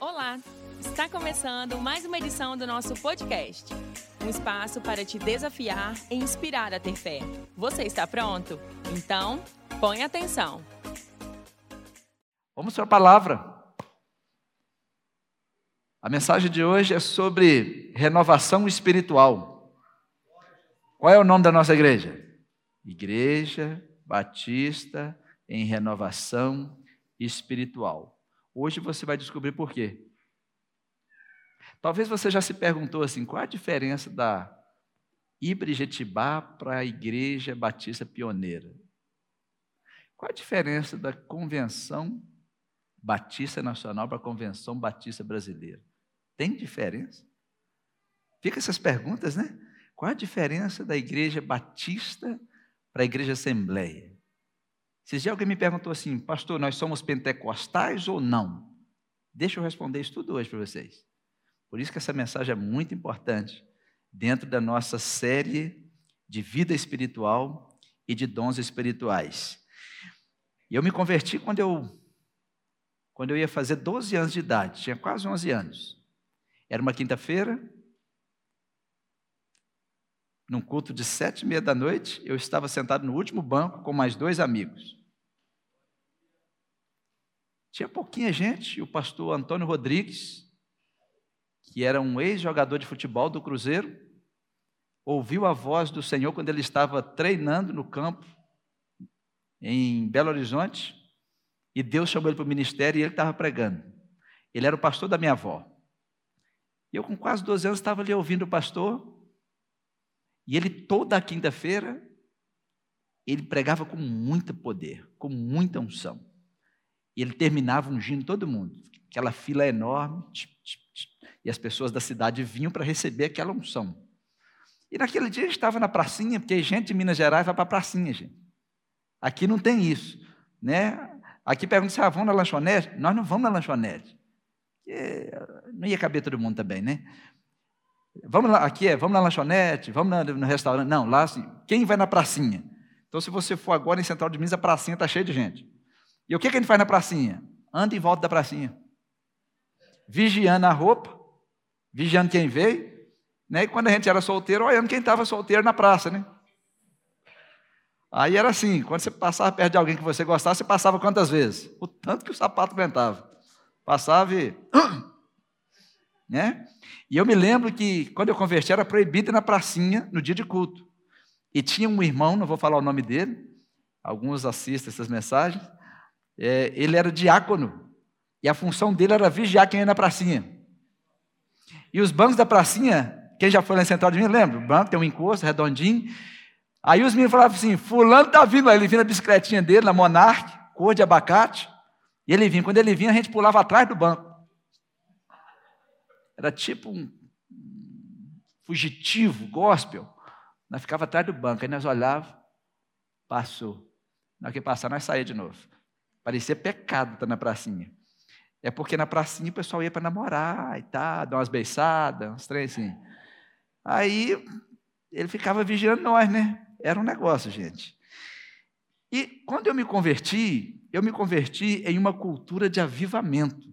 Olá! Está começando mais uma edição do nosso podcast. Um espaço para te desafiar e inspirar a ter fé. Você está pronto? Então, põe atenção. Vamos para a palavra. A mensagem de hoje é sobre renovação espiritual. Qual é o nome da nossa igreja? Igreja Batista em Renovação Espiritual. Hoje você vai descobrir por quê. Talvez você já se perguntou assim, qual a diferença da Ibrijetibá para a Igreja Batista Pioneira? Qual a diferença da Convenção Batista Nacional para a Convenção Batista Brasileira? Tem diferença? Fica essas perguntas, né? Qual a diferença da Igreja Batista para a Igreja Assembleia? Esses dias alguém me perguntou assim, pastor, nós somos pentecostais ou não? Deixa eu responder isso tudo hoje para vocês. Por isso que essa mensagem é muito importante dentro da nossa série de vida espiritual e de dons espirituais. E eu me converti quando eu ia fazer 12 anos de idade, tinha quase 11 anos. Era uma quinta-feira, num culto de 7h30 da noite, eu estava sentado no último banco com mais 2 amigos. Tinha pouquinha gente, e o pastor Antônio Rodrigues, que era um ex-jogador de futebol do Cruzeiro, ouviu a voz do Senhor quando ele estava treinando no campo, em Belo Horizonte, e Deus chamou ele para o ministério e ele estava pregando. Ele era o pastor da minha avó. Eu, com quase 12 anos, estava ali ouvindo o pastor, e ele, toda a quinta-feira, ele pregava com muito poder, com muita unção. E ele terminava ungindo todo mundo. Aquela fila enorme, e as pessoas da cidade vinham para receber aquela unção. E naquele dia a gente estava na pracinha, porque gente de Minas Gerais vai para a pracinha, gente. Aqui não tem isso, né? Aqui pergunta se vamos na lanchonete? Nós não vamos na lanchonete. Não ia caber todo mundo também, né? Vamos lá, vamos na lanchonete, vamos no restaurante. Não, lá assim, quem vai na pracinha? Então, se você for agora em Central de Minas, a pracinha está cheia de gente. E o que a gente faz na pracinha? Anda em volta da pracinha. Vigiando a roupa, vigiando quem veio, né? E quando a gente era solteiro, olhando quem estava solteiro na praça, né? Aí era assim, quando você passava perto de alguém que você gostava, você passava quantas vezes? O tanto que o sapato aguentava. Passava e... né? E eu me lembro que, quando eu converti, era proibido ir na pracinha no dia de culto. E tinha um irmão, não vou falar o nome dele, alguns assistem essas mensagens, ele era diácono, e a função dele era vigiar quem ia na pracinha. E os bancos da pracinha, quem já foi lá em Central de Minas, lembra? O banco tem um encosto redondinho. Aí os meninos falavam assim, fulano está vindo, aí ele vinha na bicicletinha dele, na Monarch, cor de abacate, e ele vinha. Quando ele vinha, a gente pulava atrás do banco. Era tipo um fugitivo, gospel. Nós ficava atrás do banco, aí nós olhávamos, passou. Na hora que passar, nós saíamos de novo. Parecia pecado estar na pracinha. É porque na pracinha o pessoal ia para namorar e tal, dar umas beiçadas, uns trem assim. Aí ele ficava vigiando nós, né? Era um negócio, gente. E quando eu me converti em uma cultura de avivamento.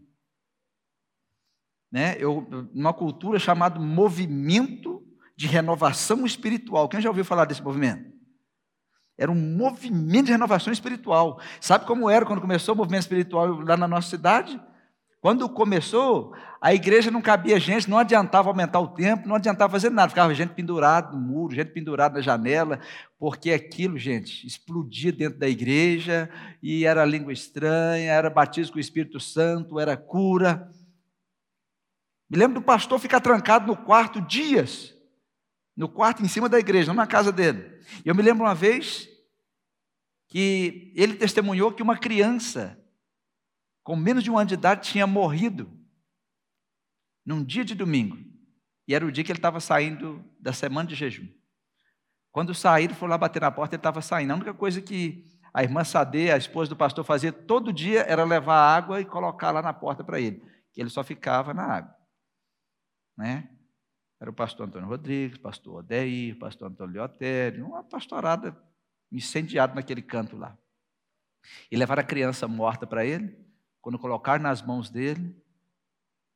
Né? Uma cultura chamada movimento de renovação espiritual. Quem já ouviu falar desse movimento? Era um movimento de renovação espiritual. Sabe como era quando começou o movimento espiritual lá na nossa cidade? Quando começou, a igreja não cabia gente, não adiantava aumentar o templo, não adiantava fazer nada. Ficava gente pendurada no muro, gente pendurada na janela, porque aquilo, gente, explodia dentro da igreja, e era língua estranha, era batismo com o Espírito Santo, era cura. Me lembro do pastor ficar trancado no quarto dias, no quarto em cima da igreja, não na casa dele. E eu me lembro uma vez que ele testemunhou que uma criança com menos de 1 ano de idade tinha morrido num dia de domingo. E era o dia que ele estava saindo da semana de jejum. Quando saíram, foi lá bater na porta, ele estava saindo. A única coisa que a irmã Sade, a esposa do pastor, fazia todo dia era levar água e colocar lá na porta para ele, que ele só ficava na água. Né? Era o pastor Antônio Rodrigues, pastor Odeir, pastor Antônio Leotério, uma pastorada incendiada naquele canto lá. E levaram a criança morta para ele. Quando colocaram nas mãos dele,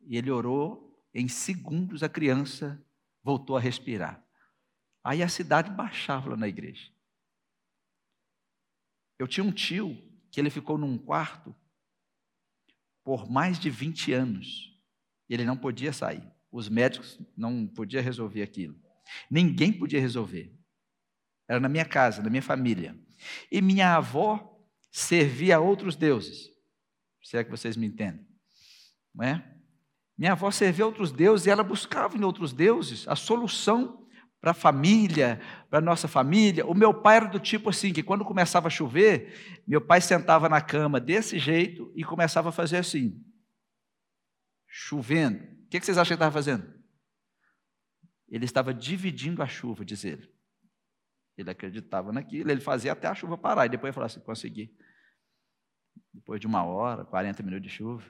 E ele orou, em segundos a criança voltou a respirar. Aí a cidade baixava lá na igreja. Eu tinha um tio que ele ficou num quarto por mais de 20 anos. E ele não podia sair. Os médicos não podiam resolver aquilo. Ninguém podia resolver. Era na minha casa, na minha família. E minha avó servia a outros deuses. Se é que vocês me entendem. Não é? Minha avó servia a outros deuses e ela buscava em outros deuses a solução para a família, para a nossa família. O meu pai era do tipo assim, que quando começava a chover, meu pai sentava na cama desse jeito e começava a fazer assim, chovendo. O que vocês acham que ele estava fazendo? Ele estava dividindo a chuva, diz ele. Ele acreditava naquilo, ele fazia até a chuva parar, e depois ele falava assim, consegui. Depois de 1 hora, 40 minutos de chuva.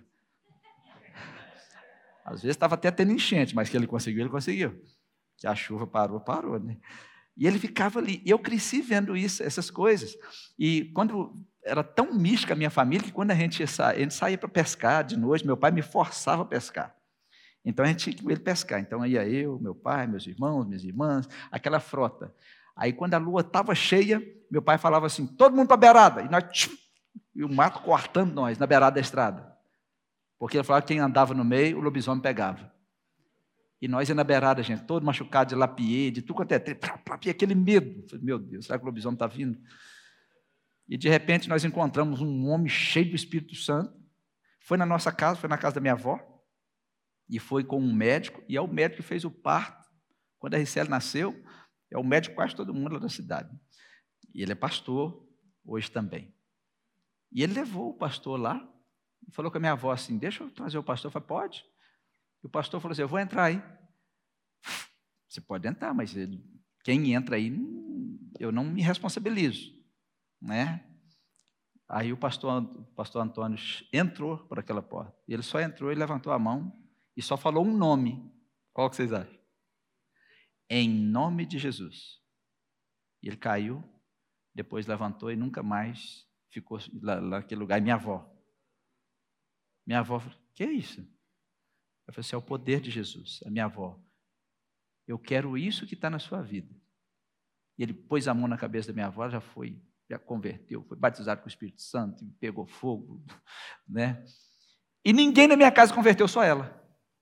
Às vezes estava até tendo enchente, mas que ele conseguiu. Que a chuva parou, né? E ele ficava ali. Eu cresci vendo isso, essas coisas. E quando era tão mística a minha família, que quando a gente saía para pescar de noite, meu pai me forçava a pescar. Então a gente tinha que ir pescar. Então ia eu, meu pai, meus irmãos, minhas irmãs, aquela frota. Aí quando a lua estava cheia, meu pai falava assim, todo mundo para a beirada. E o mato cortando nós, na beirada da estrada. Porque ele falava que quem andava no meio, o lobisomem pegava. E nós ia na beirada, gente, todo machucado de lapier, de tudo quanto é, e aquele medo. Meu Deus, será que o lobisomem está vindo? E de repente nós encontramos um homem cheio do Espírito Santo. Foi na nossa casa, foi na casa da minha avó. E foi com um médico, e é o médico que fez o parto. Quando a Ricele nasceu, é o médico quase todo mundo lá da cidade. E ele é pastor, hoje também. E ele levou o pastor lá, e falou com a minha avó assim, deixa eu trazer o pastor. Eu falei, pode. E o pastor falou assim, eu vou entrar aí. Você pode entrar, mas quem entra aí, eu não me responsabilizo. Né? Aí o pastor Antônio entrou por aquela porta. E ele só entrou e levantou a mão e só falou um nome. Qual que vocês acham? Em nome de Jesus. E ele caiu, depois levantou e nunca mais ficou lá naquele lugar. E minha avó falou, que é isso? Eu falei assim, é o poder de Jesus. A minha avó, eu quero isso que está na sua vida. E ele pôs a mão na cabeça da minha avó, já converteu, foi batizado com o Espírito Santo, e pegou fogo, né? E ninguém na minha casa converteu, só ela.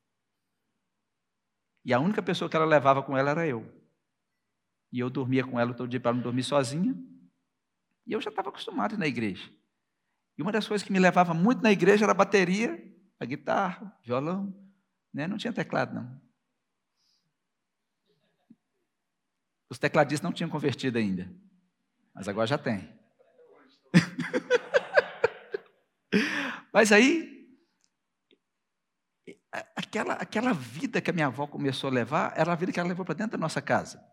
E a única pessoa que ela levava com ela era eu. E eu dormia com ela todo dia para não dormir sozinha. E eu já estava acostumado na igreja. E uma das coisas que me levava muito na igreja era a bateria, a guitarra, violão. Né? Não tinha teclado, não. Os tecladistas não tinham convertido ainda. Mas agora já tem. Mas aí, aquela vida que a minha avó começou a levar, era a vida que ela levou para dentro da nossa casa.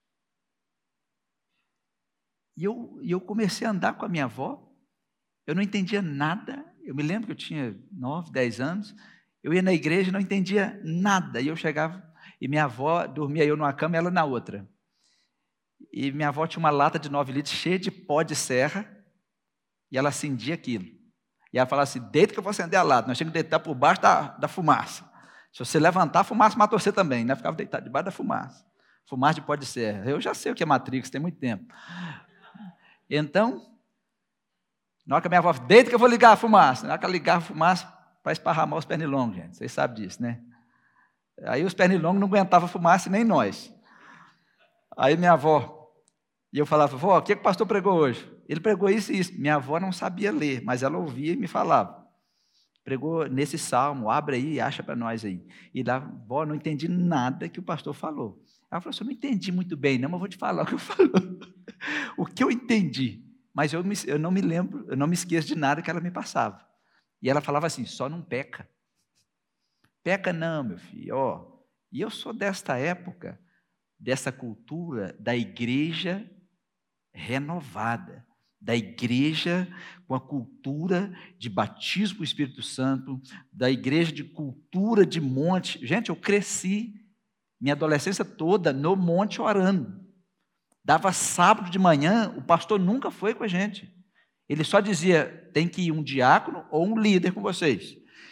E eu comecei a andar com a minha avó, eu não entendia nada, eu me lembro que eu tinha 9, 10 anos, eu ia na igreja e não entendia nada, e eu chegava, e minha avó dormia eu numa cama e ela na outra. E minha avó tinha uma lata de 9 litros cheia de pó de serra, e ela acendia aquilo. E ela falava assim, deita que eu vou acender a lata, nós tínhamos que deitar por baixo da fumaça. Se você levantar, a fumaça mata você também, né? Ficava deitado debaixo da fumaça. Fumaça de pó de serra. Eu já sei o que é Matrix, tem muito tempo. Então, na hora que a minha avó, deita que eu vou ligar a fumaça. Na hora que ela ligava a fumaça, para esparramar os pernilongos, gente. Vocês sabem disso, né? Aí os pernilongos não aguentavam a fumaça, nem nós. Aí minha avó, e eu falava, vó, o que o pastor pregou hoje? Ele pregou isso e isso. Minha avó não sabia ler, mas ela ouvia e me falava. Pregou nesse salmo, abre aí, acha para nós aí. E lá, vó, não entendi nada que o pastor falou. Ela falou assim, eu não entendi muito bem, não, mas vou te falar o que eu falou. O que eu entendi, mas eu não me lembro, eu não me esqueço de nada que ela me passava. E ela falava assim, só não peca. Peca não, meu filho. Ó, e eu sou desta época, dessa cultura da igreja renovada, da igreja com a cultura de batismo com o Espírito Santo, da igreja de cultura de monte. Gente, eu cresci minha adolescência toda no monte orando. Dava sábado de manhã, o pastor nunca foi com a gente. Ele só dizia, tem que ir um diácono ou um líder com vocês.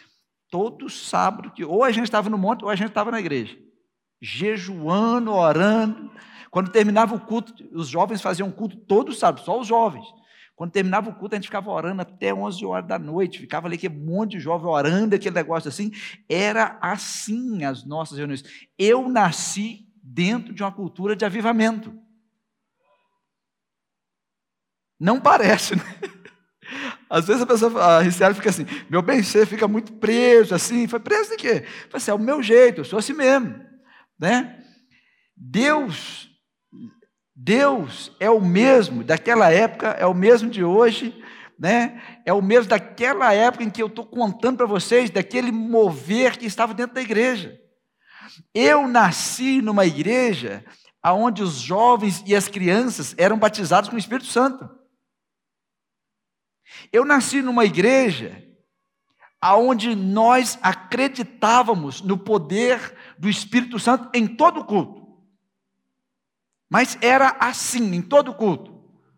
todo sábado, que ou a gente estava no monte ou a gente estava na igreja, jejuando, orando. Quando terminava o culto, os jovens faziam culto todo sábado, só os jovens. Quando terminava o culto, a gente ficava orando até 11 horas da noite, ficava ali aquele monte de jovem orando, aquele negócio assim. Era assim as nossas reuniões. Eu nasci dentro de uma cultura de avivamento. Não parece, né? Às vezes a Riciara fica assim, meu bem, você fica muito preso assim. Foi preso de quê? Falei assim, é o meu jeito, eu sou assim mesmo, né? Deus é o mesmo daquela época, é o mesmo de hoje, né? É o mesmo daquela época em que eu estou contando para vocês, daquele mover que estava dentro da igreja. Eu nasci numa igreja onde os jovens e as crianças eram batizados com o Espírito Santo. Eu nasci numa igreja onde nós acreditávamos no poder do Espírito Santo em todo o culto. Mas era assim, em todo o culto.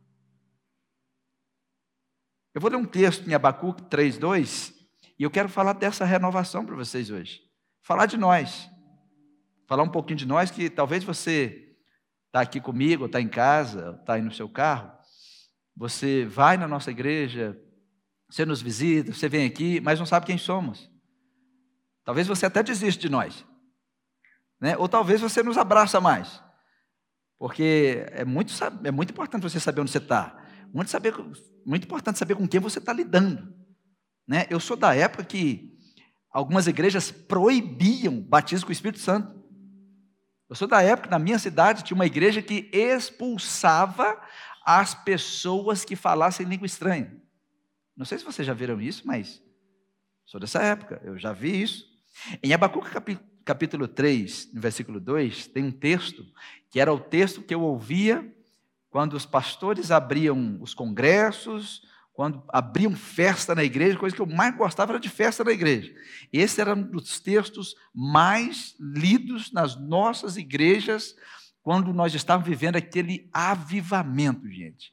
Eu vou ler um texto em Abacuque 3:2, e eu quero falar dessa renovação para vocês hoje. Falar de nós. Falar um pouquinho de nós, que talvez você está aqui comigo, está em casa, está aí no seu carro, você vai na nossa igreja, você nos visita, você vem aqui, mas não sabe quem somos. Talvez você até desista de nós, né? Ou talvez você nos abraça mais. Porque é muito importante você saber onde você está. Muito importante saber com quem você está lidando, né? Eu sou da época que algumas igrejas proibiam batismo com o Espírito Santo. Eu sou da época, na minha cidade, tinha uma igreja que expulsava as pessoas que falassem língua estranha. Não sei se vocês já viram isso, mas sou dessa época, eu já vi isso. Em Abacuque capítulo 3, no versículo 2, tem um texto, que era o texto que eu ouvia quando os pastores abriam os congressos, quando abriam festa na igreja. Coisa que eu mais gostava era de festa na igreja. Esse era um dos textos mais lidos nas nossas igrejas, quando nós estávamos vivendo aquele avivamento, gente.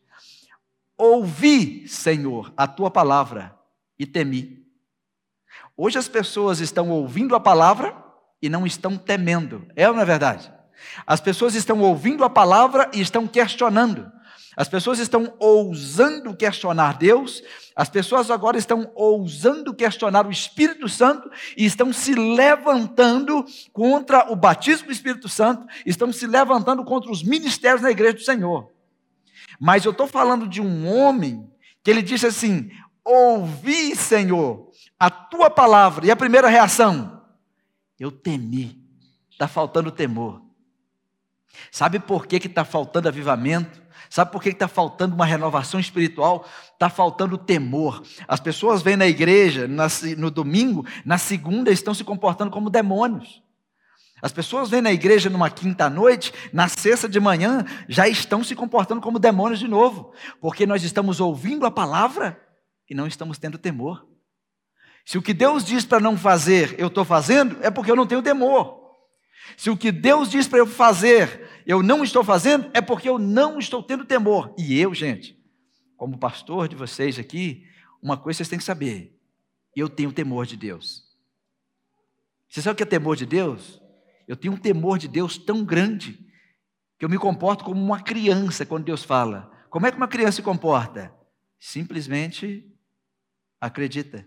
Ouvi, Senhor, a tua palavra e temi. Hoje as pessoas estão ouvindo a palavra e não estão temendo. É ou não é verdade? As pessoas estão ouvindo a palavra e estão questionando. As pessoas estão ousando questionar Deus. As pessoas agora estão ousando questionar o Espírito Santo e estão se levantando contra o batismo do Espírito Santo, estão se levantando contra os ministérios na igreja do Senhor. Mas eu estou falando de um homem que ele disse assim: ouvi, Senhor, a tua palavra. E a primeira reação: eu temi. Está faltando temor. Sabe por que está faltando avivamento? Sabe por que está faltando uma renovação espiritual? Está faltando temor. As pessoas vêm na igreja no domingo, na segunda estão se comportando como demônios. As pessoas vêm na igreja numa quinta-noite, na sexta de manhã, já estão se comportando como demônios de novo. Porque nós estamos ouvindo a palavra e não estamos tendo temor. Se o que Deus diz para não fazer, eu estou fazendo, é porque eu não tenho temor. Se o que Deus diz para eu fazer, eu não estou fazendo, é porque eu não estou tendo temor. E eu, gente, como pastor de vocês aqui, uma coisa vocês têm que saber: eu tenho temor de Deus. Você sabe o que é temor de Deus? Eu tenho um temor de Deus tão grande que eu me comporto como uma criança quando Deus fala. Como é que uma criança se comporta? Simplesmente acredita.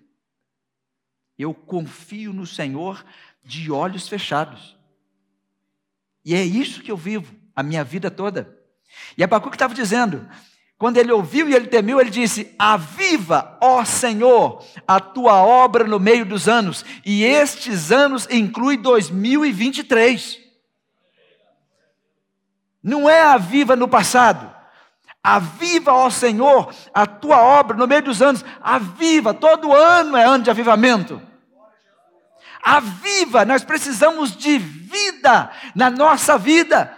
Eu confio no Senhor de olhos fechados. E é isso que eu vivo a minha vida toda. E Abacuque estava dizendo, quando ele ouviu e ele temeu, ele disse: aviva, ó Senhor, a tua obra no meio dos anos. E estes anos inclui 2023. Não é aviva no passado. Aviva, ó Senhor, a tua obra no meio dos anos. Aviva, todo ano é ano de avivamento. Aviva, nós precisamos de vida na nossa vida.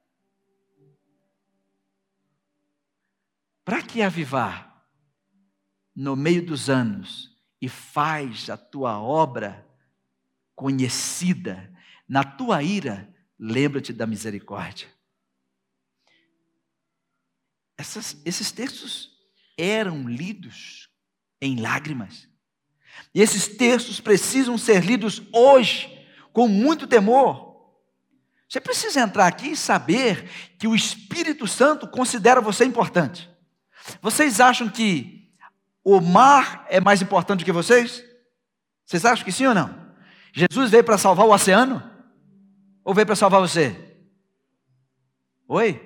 Para que avivar no meio dos anos e faz a tua obra conhecida? Na tua ira, lembra-te da misericórdia. Esses textos eram lidos em lágrimas. E esses textos precisam ser lidos hoje, com muito temor. Você precisa entrar aqui e saber que o Espírito Santo considera você importante. Vocês acham que o mar é mais importante do que vocês? Vocês acham que sim ou não? Jesus veio para salvar o oceano? Ou veio para salvar você? Oi?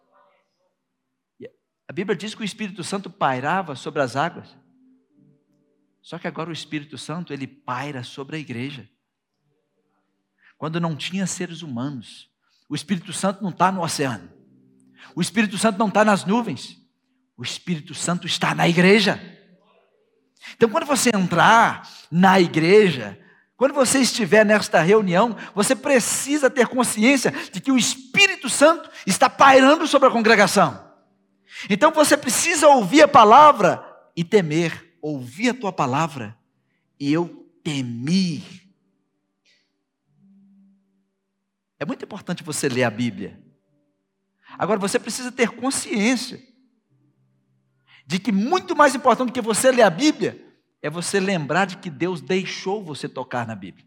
A Bíblia diz que o Espírito Santo pairava sobre as águas. Só que agora o Espírito Santo, ele paira sobre a igreja. Quando não tinha seres humanos, o Espírito Santo não está no oceano. O Espírito Santo não está nas nuvens. O Espírito Santo está na igreja. Então, quando você entrar na igreja, quando você estiver nesta reunião, você precisa ter consciência de que o Espírito Santo está pairando sobre a congregação. Então, você precisa ouvir a palavra e temer. Ouvi a tua palavra e eu temi. É muito importante você ler a Bíblia. Agora, você precisa ter consciência de que muito mais importante do que você ler a Bíblia é você lembrar de que Deus deixou você tocar na Bíblia.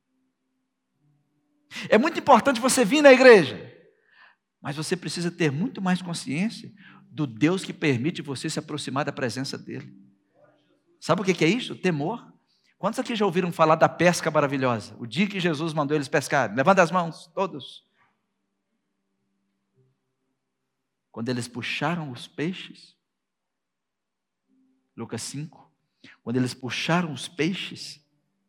É muito importante você vir na igreja, mas você precisa ter muito mais consciência do Deus que permite você se aproximar da presença dEle. Sabe o que é isso? Temor. Quantos aqui já ouviram falar da pesca maravilhosa? O dia que Jesus mandou eles pescarem. Levanta as mãos, todos. Quando eles puxaram os peixes, Lucas 5, quando eles puxaram os peixes,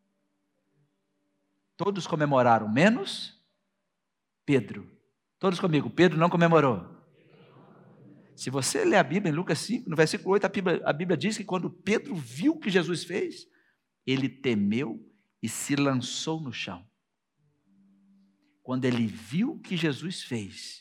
todos comemoraram, menos Pedro. Todos comigo, Pedro não comemorou. Se você ler a Bíblia em Lucas 5, no versículo 8, a Bíblia diz que quando Pedro viu o que Jesus fez, ele temeu e se lançou no chão. Quando ele viu o que Jesus fez.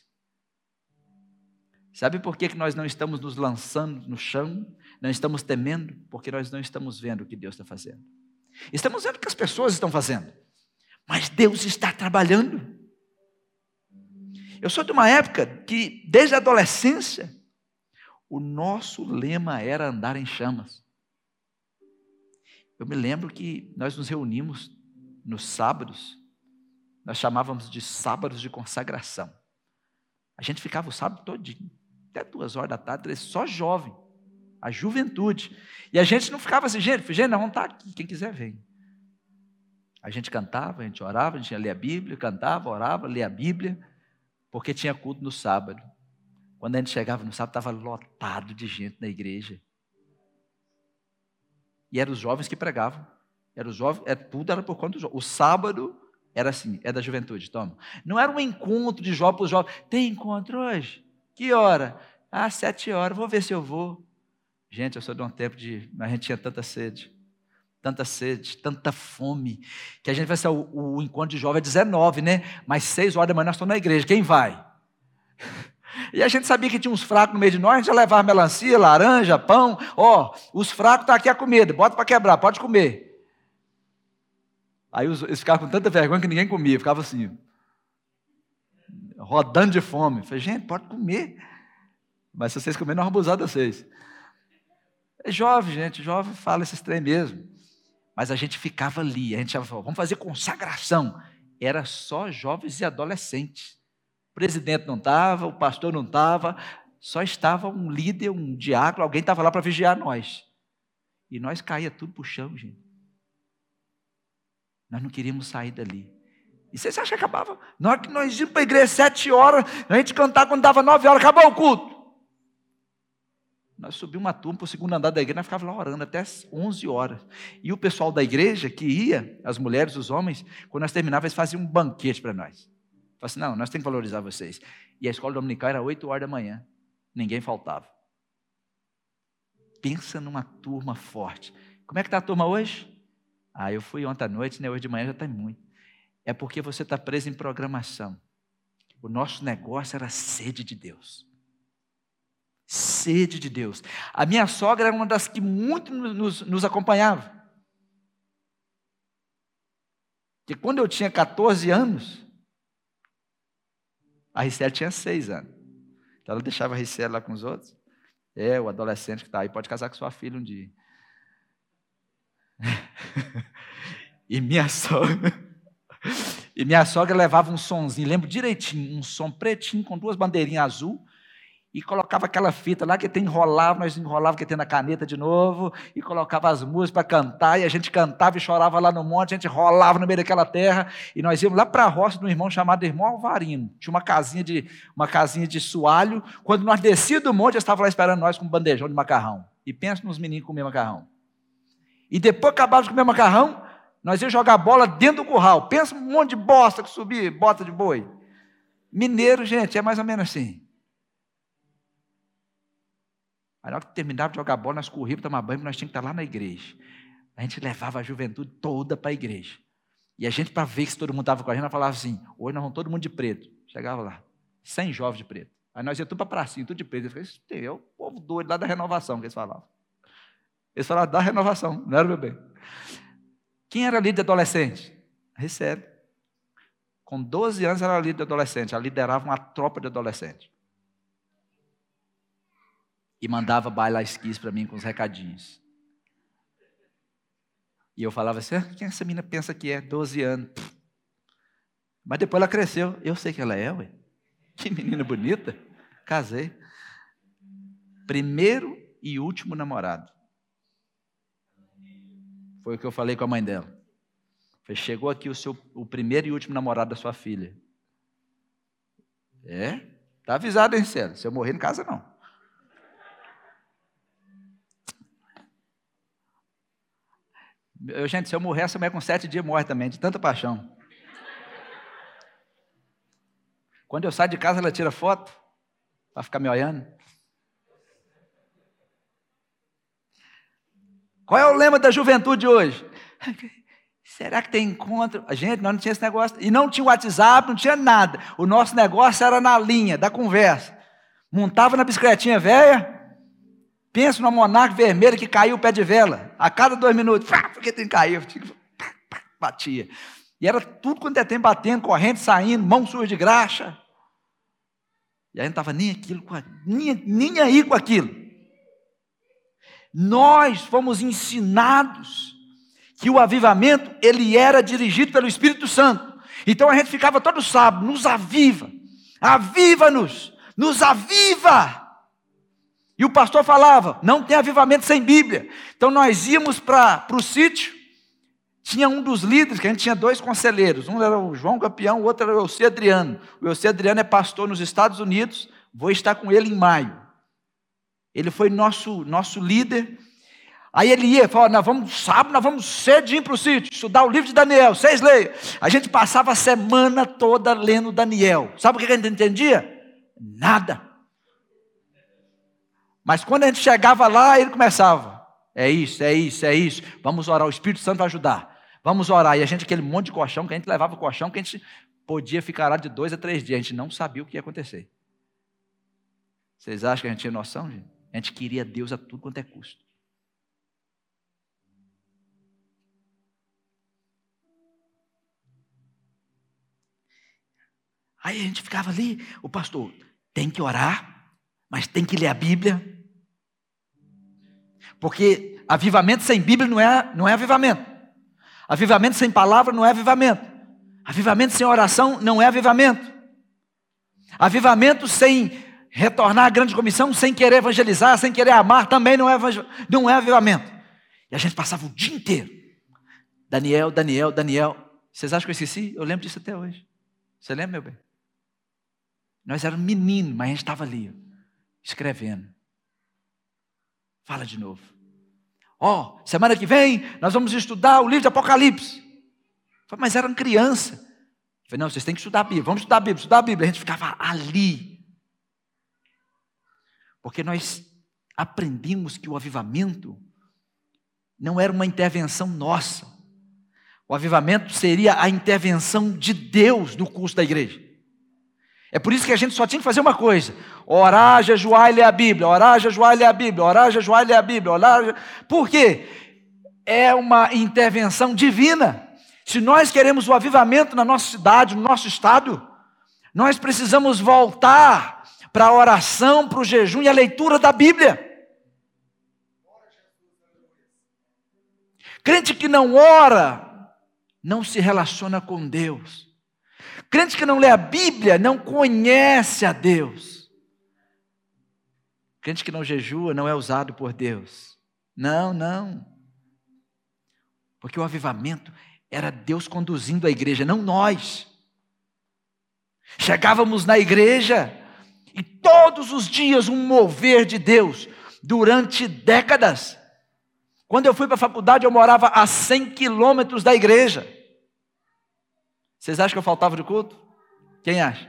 Sabe por que nós não estamos nos lançando no chão? Não estamos temendo? Porque nós não estamos vendo o que Deus está fazendo. Estamos vendo o que as pessoas estão fazendo. Mas Deus está trabalhando. Eu sou de uma época que, desde a adolescência, o nosso lema era andar em chamas. Eu me lembro que nós nos reunimos nos sábados, nós chamávamos de sábados de consagração. A gente ficava o sábado todinho, até 2 horas da tarde, só jovem, a juventude. E a gente não ficava assim, gente, nós vamos estar aqui, quem quiser vem. A gente cantava, a gente orava, a gente ia ler a Bíblia, cantava, orava, lia a Bíblia, porque tinha culto no sábado. Quando a gente chegava no sábado, estava lotado de gente na igreja. E eram os jovens que pregavam. Eram os jovens, tudo era por conta dos jovens. O sábado era assim, é da juventude, toma. Não era um encontro de jovens para os jovens. Tem encontro hoje? Que hora? 7 horas, vou ver se eu vou. Gente, eu sou de um tempo a gente tinha tanta sede, tanta fome, que a gente vai ser o encontro de jovens é 19, né? Mas 6 horas da manhã nós estamos na igreja, quem vai? E a gente sabia que tinha uns fracos no meio de nós, a gente já levava melancia, laranja, pão. Os fracos estão aqui a comida, bota para quebrar, pode comer. Aí eles ficavam com tanta vergonha que ninguém comia, ficava assim, rodando de fome. Eu falei, gente, pode comer. Mas se vocês comerem, nós vamos abusar de vocês. É jovem, gente, jovem fala esses trem mesmo. Mas a gente ficava ali, a gente falava, vamos fazer consagração. Era só jovens e adolescentes. O presidente não estava, o pastor não estava, só estava um líder, um diácono, alguém estava lá para vigiar nós. E nós caía tudo para o chão, gente. Nós não queríamos sair dali. E vocês acham que acabava? Na hora que nós íamos para a igreja 7 horas, a gente cantava quando dava 9 horas, acabou o culto. Nós subimos uma turma para o segundo andar da igreja, nós ficávamos lá orando até as 11 horas. E o pessoal da igreja que ia, as mulheres, os homens, quando nós terminávamos, eles faziam um banquete para nós. Falaram assim, não, nós temos que valorizar vocês. E a escola dominical era 8 horas da manhã, ninguém faltava. Pensa numa turma forte. Como é que está a turma hoje? Eu fui ontem à noite, né? Hoje de manhã já está muito. É porque você está preso em programação. O nosso negócio era sede de Deus. Sede de Deus. A minha sogra era uma das que muito nos acompanhava. Porque quando eu tinha 14 anos, a Ricele tinha 6 anos. Então ela deixava a Ricele lá com os outros. O adolescente que está aí pode casar com sua filha um dia. E minha sogra levava um sonzinho, lembro direitinho, um som pretinho com 2 bandeirinhas azul, e colocava aquela fita lá que enrolava, nós enrolava que tem na caneta de novo, e colocava as músicas para cantar, e a gente cantava e chorava lá no monte, a gente rolava no meio daquela terra, e nós íamos lá para a roça de um irmão chamado Irmão Alvarino, tinha uma casinha de soalho, quando nós descíamos do monte, eles estavam lá esperando nós com um bandejão de macarrão, e pensa nos meninos comer macarrão, e depois que acabava de comer macarrão, nós íamos jogar bola dentro do curral, pensa um monte de bosta que subia, bota de boi, mineiro, gente, é mais ou menos assim. Aí na hora que terminava de jogar bola, nós corríamos para tomar banho, nós tínhamos que estar lá na igreja. A gente levava a juventude toda para a igreja. E a gente, para ver se todo mundo estava com a gente, nós falava assim, hoje nós vamos todo mundo de preto. Chegava lá, 100 jovens de preto. Aí nós íamos tudo para a pracinha, tudo de preto. Eu falei, isso é o povo doido lá da renovação que eles falavam. Eles falavam da renovação, não era, meu bem? Quem era líder adolescente? Recebe. Com 12 anos ela era líder adolescente, ela liderava uma tropa de adolescentes. E mandava bailar esquis para mim com os recadinhos. E eu falava assim, quem essa menina pensa que é? 12 anos. Mas depois ela cresceu. Eu sei que ela é, ué. Que menina bonita. Casei. Primeiro e último namorado. Foi o que eu falei com a mãe dela. Falei, chegou aqui o primeiro e último namorado da sua filha. Tá avisado, hein, Célio? Se eu morrer, não casa, não. Gente, se eu morrer, essa mulher com 7 dias morre também, de tanta paixão. Quando eu saio de casa, ela tira foto, para ficar me olhando. Qual é o lema da juventude hoje? Será que tem encontro? Gente, nós não tinha esse negócio. E não tinha WhatsApp, não tinha nada. O nosso negócio era na linha da conversa. Montava na bicicletinha velha. Pensa numa monarca vermelha que caiu o pé de vela. A cada 2 minutos, porque tem que cair, batia. E era tudo quanto é tempo batendo, correndo, saindo, mão suja de graxa. E a gente não estava nem aí com aquilo. Nós fomos ensinados que o avivamento, ele era dirigido pelo Espírito Santo. Então a gente ficava todo sábado, nos aviva, aviva-nos, nos aviva. E o pastor falava, não tem avivamento sem Bíblia. Então nós íamos para o sítio, tinha um dos líderes, que a gente tinha 2 conselheiros, um era o João Campeão, o outro era o Elci Adriano. O Elci Adriano é pastor nos Estados Unidos, vou estar com ele em maio. Ele foi nosso líder. Aí ele ia, falava, sábado nós vamos cedinho para o sítio, estudar o livro de Daniel, 6 leis. A gente passava a semana toda lendo Daniel. Sabe o que a gente entendia? Nada. Mas quando a gente chegava lá, ele começava, é isso, vamos orar, o Espírito Santo vai ajudar, vamos orar. E a gente, aquele monte de colchão, que a gente levava o colchão, que a gente podia ficar lá de 2 a 3 dias, a gente não sabia o que ia acontecer. Vocês acham que a gente tinha noção, gente? A gente queria Deus a tudo quanto é custo. Aí a gente ficava ali, o pastor, tem que orar, mas tem que ler a Bíblia. Porque avivamento sem Bíblia não é avivamento. Avivamento sem palavra não é avivamento. Avivamento sem oração não é avivamento. Avivamento sem retornar à grande comissão, sem querer evangelizar, sem querer amar, também não é avivamento. E a gente passava o dia inteiro. Daniel. Vocês acham que eu esqueci? Eu lembro disso até hoje. Você lembra, meu bem? Nós éramos meninos, mas a gente estava ali, escrevendo. Fala de novo. Semana que vem nós vamos estudar o livro de Apocalipse. Falei, mas eram criança. Falei, não, vocês têm que estudar a Bíblia. Vamos estudar a Bíblia. A gente ficava ali. Porque nós aprendimos que o avivamento não era uma intervenção nossa. O avivamento seria a intervenção de Deus no curso da igreja. É por isso que a gente só tinha que fazer uma coisa: orar, jejuar e ler a Bíblia, orar, jejuar e ler a Bíblia, orar, jejuar e ler a Bíblia, Por quê? É uma intervenção divina. Se nós queremos o avivamento na nossa cidade, no nosso estado, nós precisamos voltar para a oração, para o jejum e a leitura da Bíblia. Crente que não ora, não se relaciona com Deus. Crente que não lê a Bíblia, não conhece a Deus. Crente que não jejua, não é usado por Deus. Não. Porque o avivamento era Deus conduzindo a igreja, não nós. Chegávamos na igreja e todos os dias um mover de Deus, durante décadas. Quando eu fui para a faculdade, eu morava a 100 quilômetros da igreja. Vocês acham que eu faltava de culto? Quem acha?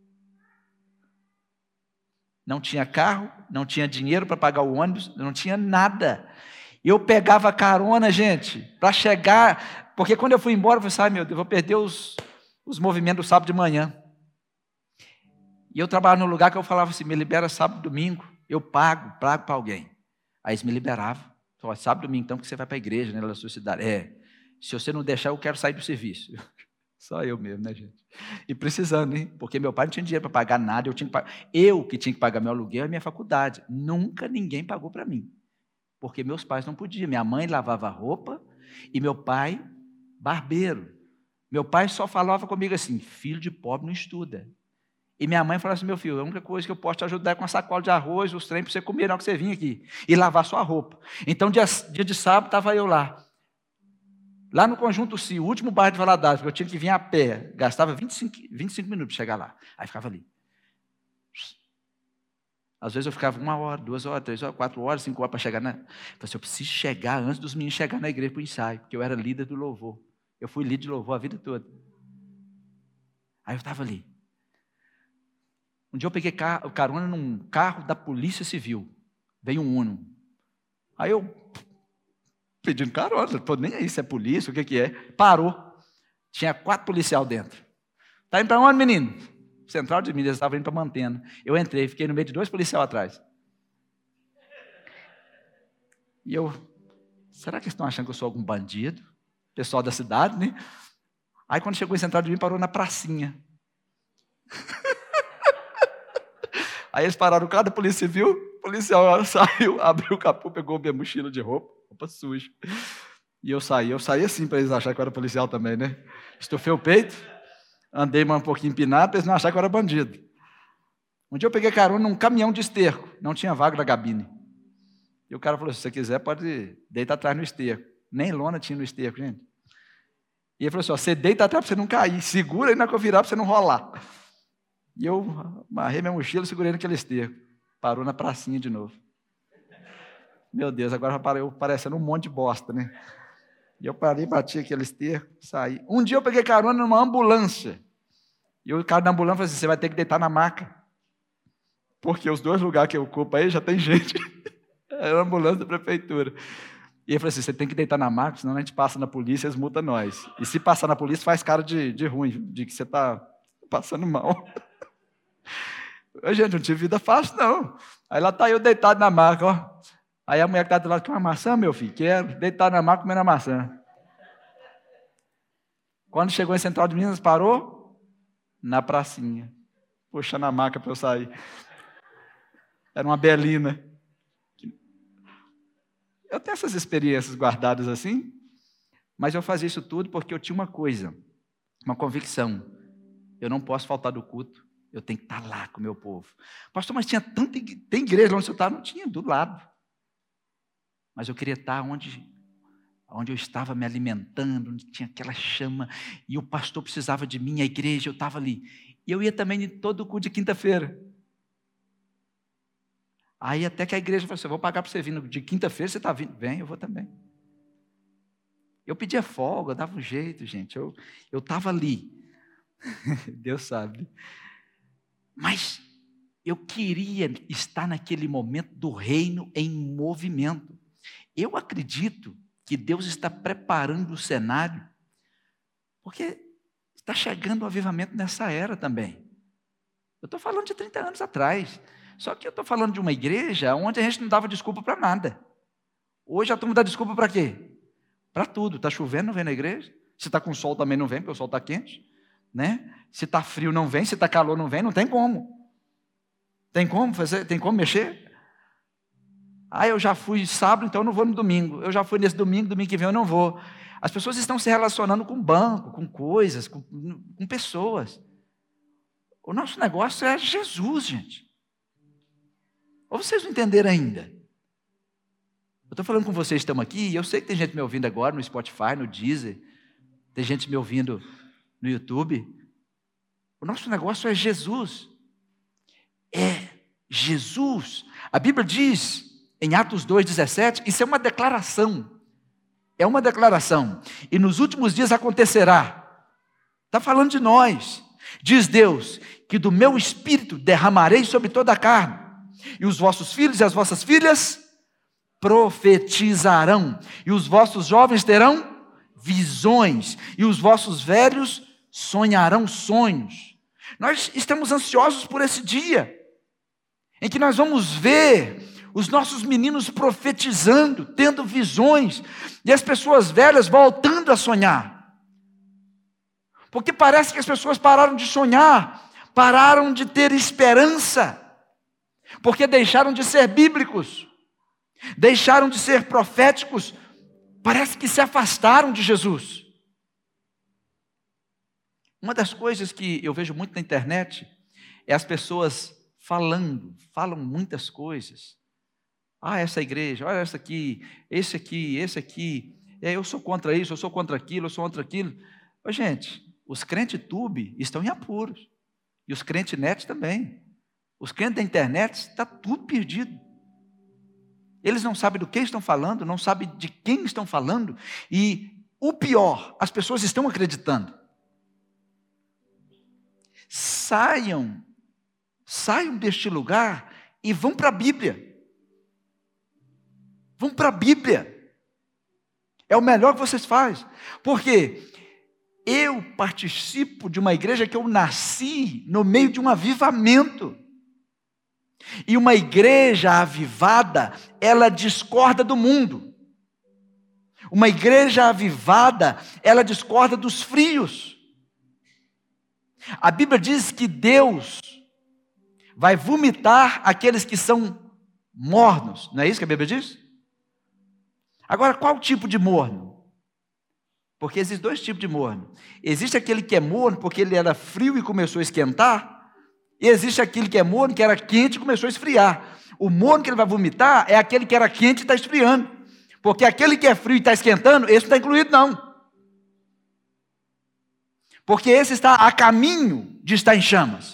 Não tinha carro, não tinha dinheiro para pagar o ônibus, não tinha nada. Eu pegava carona, gente, para chegar, porque quando eu fui embora, eu falei, meu Deus, eu vou perder os movimentos do sábado de manhã. E eu trabalhava num lugar que eu falava assim, me libera sábado e domingo, eu pago para alguém. Aí eles me liberavam. Falei, sábado e domingo então, porque você vai para a igreja, né, na sua cidade. Se você não deixar, eu quero sair do serviço. Só eu mesmo, né, gente? E precisando, hein? Porque meu pai não tinha dinheiro para pagar nada, eu que tinha que pagar meu aluguel e minha faculdade. Nunca ninguém pagou para mim. Porque meus pais não podiam. Minha mãe lavava roupa e meu pai, barbeiro. Meu pai só falava comigo assim, filho de pobre não estuda. E minha mãe falava assim, meu filho, a única coisa que eu posso te ajudar é com uma sacola de arroz, os trem para você comer na hora que você vinha aqui. E lavar sua roupa. Então, dia de sábado, estava eu lá. Lá no Conjunto Cio, o último bairro de Valadares, porque eu tinha que vir a pé. Gastava 25 minutos para chegar lá. Aí ficava ali. Às vezes eu ficava 1 hora, 2 horas, 3 horas, 4 horas, 5 horas para chegar na... Eu falei assim, eu preciso chegar antes dos meninos chegarem na igreja para o ensaio, porque eu era líder do louvor. Eu fui líder de louvor a vida toda. Aí eu estava ali. Um dia eu peguei carona num carro da Polícia Civil. Veio um Uno. Aí eu, pedindo carona, não estou nem aí se é polícia, o que é. Parou. Tinha 4 policiais dentro. Está indo para onde, menino? Central de Mídias, estava indo para Mantena. Eu entrei, fiquei no meio de 2 policiais atrás. E eu, será que eles estão achando que eu sou algum bandido? Pessoal da cidade, né? Aí quando chegou em Central de Mídias, parou na pracinha. Aí eles pararam o carro da Polícia Civil, o policial saiu, abriu o capô, pegou minha mochila de roupa suja. E eu saí assim para eles acharem que eu era policial também, né? Estufei o peito, andei um pouquinho empinado para eles não acharem que eu era bandido. Um dia eu peguei carona num caminhão de esterco, não tinha vaga na cabine. E o cara falou, se você quiser pode deitar atrás no esterco. Nem lona tinha no esterco, gente. E ele falou assim, você deita atrás para você não cair, segura aí na que eu virar para você não rolar. E eu amarrei minha mochila, segurei naquele esterco. Parou na pracinha de novo. Meu Deus, agora parou parecendo um monte de bosta, né? E eu parei, bati aquele esterco, saí. Um dia eu peguei carona numa ambulância. E o cara da ambulância falou assim, você vai ter que deitar na maca. Porque os 2 lugares que eu ocupo aí já tem gente. Era uma ambulância da prefeitura. E ele falou assim, você tem que deitar na maca, senão a gente passa na polícia e eles multam nós. E se passar na polícia, faz cara de ruim, de que você está passando mal. Gente, não tive vida fácil, não. Aí lá está eu deitado na maca, ó. Aí a mulher que está do lado, quer uma maçã, meu filho? Quero. Deitado na maca, comendo a maçã. Quando chegou em Central de Minas, parou? Na pracinha. Puxando a maca para eu sair. Era uma belina. Eu tenho essas experiências guardadas assim, mas eu fazia isso tudo porque eu tinha uma coisa, uma convicção. Eu não posso faltar do culto. Eu tenho que estar lá com o meu povo. Pastor, mas tinha tem igreja onde você estava? Não tinha, do lado. Mas eu queria estar onde eu estava me alimentando, onde tinha aquela chama, e o pastor precisava de mim, a igreja, eu estava ali. E eu ia também em todo o culto de quinta-feira. Aí até que a igreja falou assim, eu vou pagar para você vir de quinta-feira, você está vindo? Vem, eu vou também. Eu pedia folga, eu dava um jeito, gente. Eu estava ali. Deus sabe. Mas eu queria estar naquele momento do reino em movimento. Eu acredito que Deus está preparando o cenário, porque está chegando o avivamento nessa era também. Eu estou falando de 30 anos atrás. Só que eu estou falando de uma igreja onde a gente não dava desculpa para nada. Hoje a turma dá desculpa para quê? Para tudo. Está chovendo, não vem na igreja. Se está com sol também não vem, porque o sol está quente. Né? Se está frio não vem, se está calor não vem, não tem como. Tem como fazer? Tem como mexer? Eu já fui sábado, então eu não vou no domingo. Eu já fui nesse domingo, domingo que vem eu não vou. As pessoas estão se relacionando com banco, com coisas, com pessoas. O nosso negócio é Jesus, gente. Ou vocês não entenderam ainda? Eu estou falando com vocês, estamos aqui, e eu sei que tem gente me ouvindo agora no Spotify, no Deezer, tem gente me ouvindo no YouTube. O nosso negócio é Jesus. É Jesus. A Bíblia diz, em Atos 2,17, isso é uma declaração. É uma declaração. E nos últimos dias acontecerá. Está falando de nós. Diz Deus, que do meu espírito derramarei sobre toda a carne. E os vossos filhos e as vossas filhas profetizarão. E os vossos jovens terão visões. E os vossos velhos sonharão sonhos. Nós estamos ansiosos por esse dia, em que nós vamos ver os nossos meninos profetizando, tendo visões, e as pessoas velhas voltando a sonhar. Porque parece que as pessoas pararam de sonhar, pararam de ter esperança, porque deixaram de ser bíblicos, deixaram de ser proféticos, parece que se afastaram de Jesus. Uma das coisas que eu vejo muito na internet é as pessoas falam muitas coisas. Essa igreja, olha essa aqui, esse aqui, eu sou contra isso, eu sou contra aquilo, eu sou contra aquilo. Gente, os crentes tube estão em apuros, e os crentes net também. Os crentes da internet está tudo perdido. Eles não sabem do que estão falando, não sabem de quem estão falando, e o pior, as pessoas estão acreditando. Saiam deste lugar e vão para a Bíblia. Vão para a Bíblia. É o melhor que vocês fazem. Porque eu participo de uma igreja que eu nasci no meio de um avivamento. E uma igreja avivada, ela discorda do mundo. Uma igreja avivada, ela discorda dos frios. A Bíblia diz que Deus vai vomitar aqueles que são mornos. Não é isso que a Bíblia diz? Agora, qual tipo de morno? Porque existem dois tipos de morno. Existe aquele que é morno porque ele era frio e começou a esquentar. E existe aquele que é morno que era quente e começou a esfriar. O morno que ele vai vomitar é aquele que era quente e está esfriando. Porque aquele que é frio e está esquentando, esse não está incluído não. Porque esse está a caminho de estar em chamas.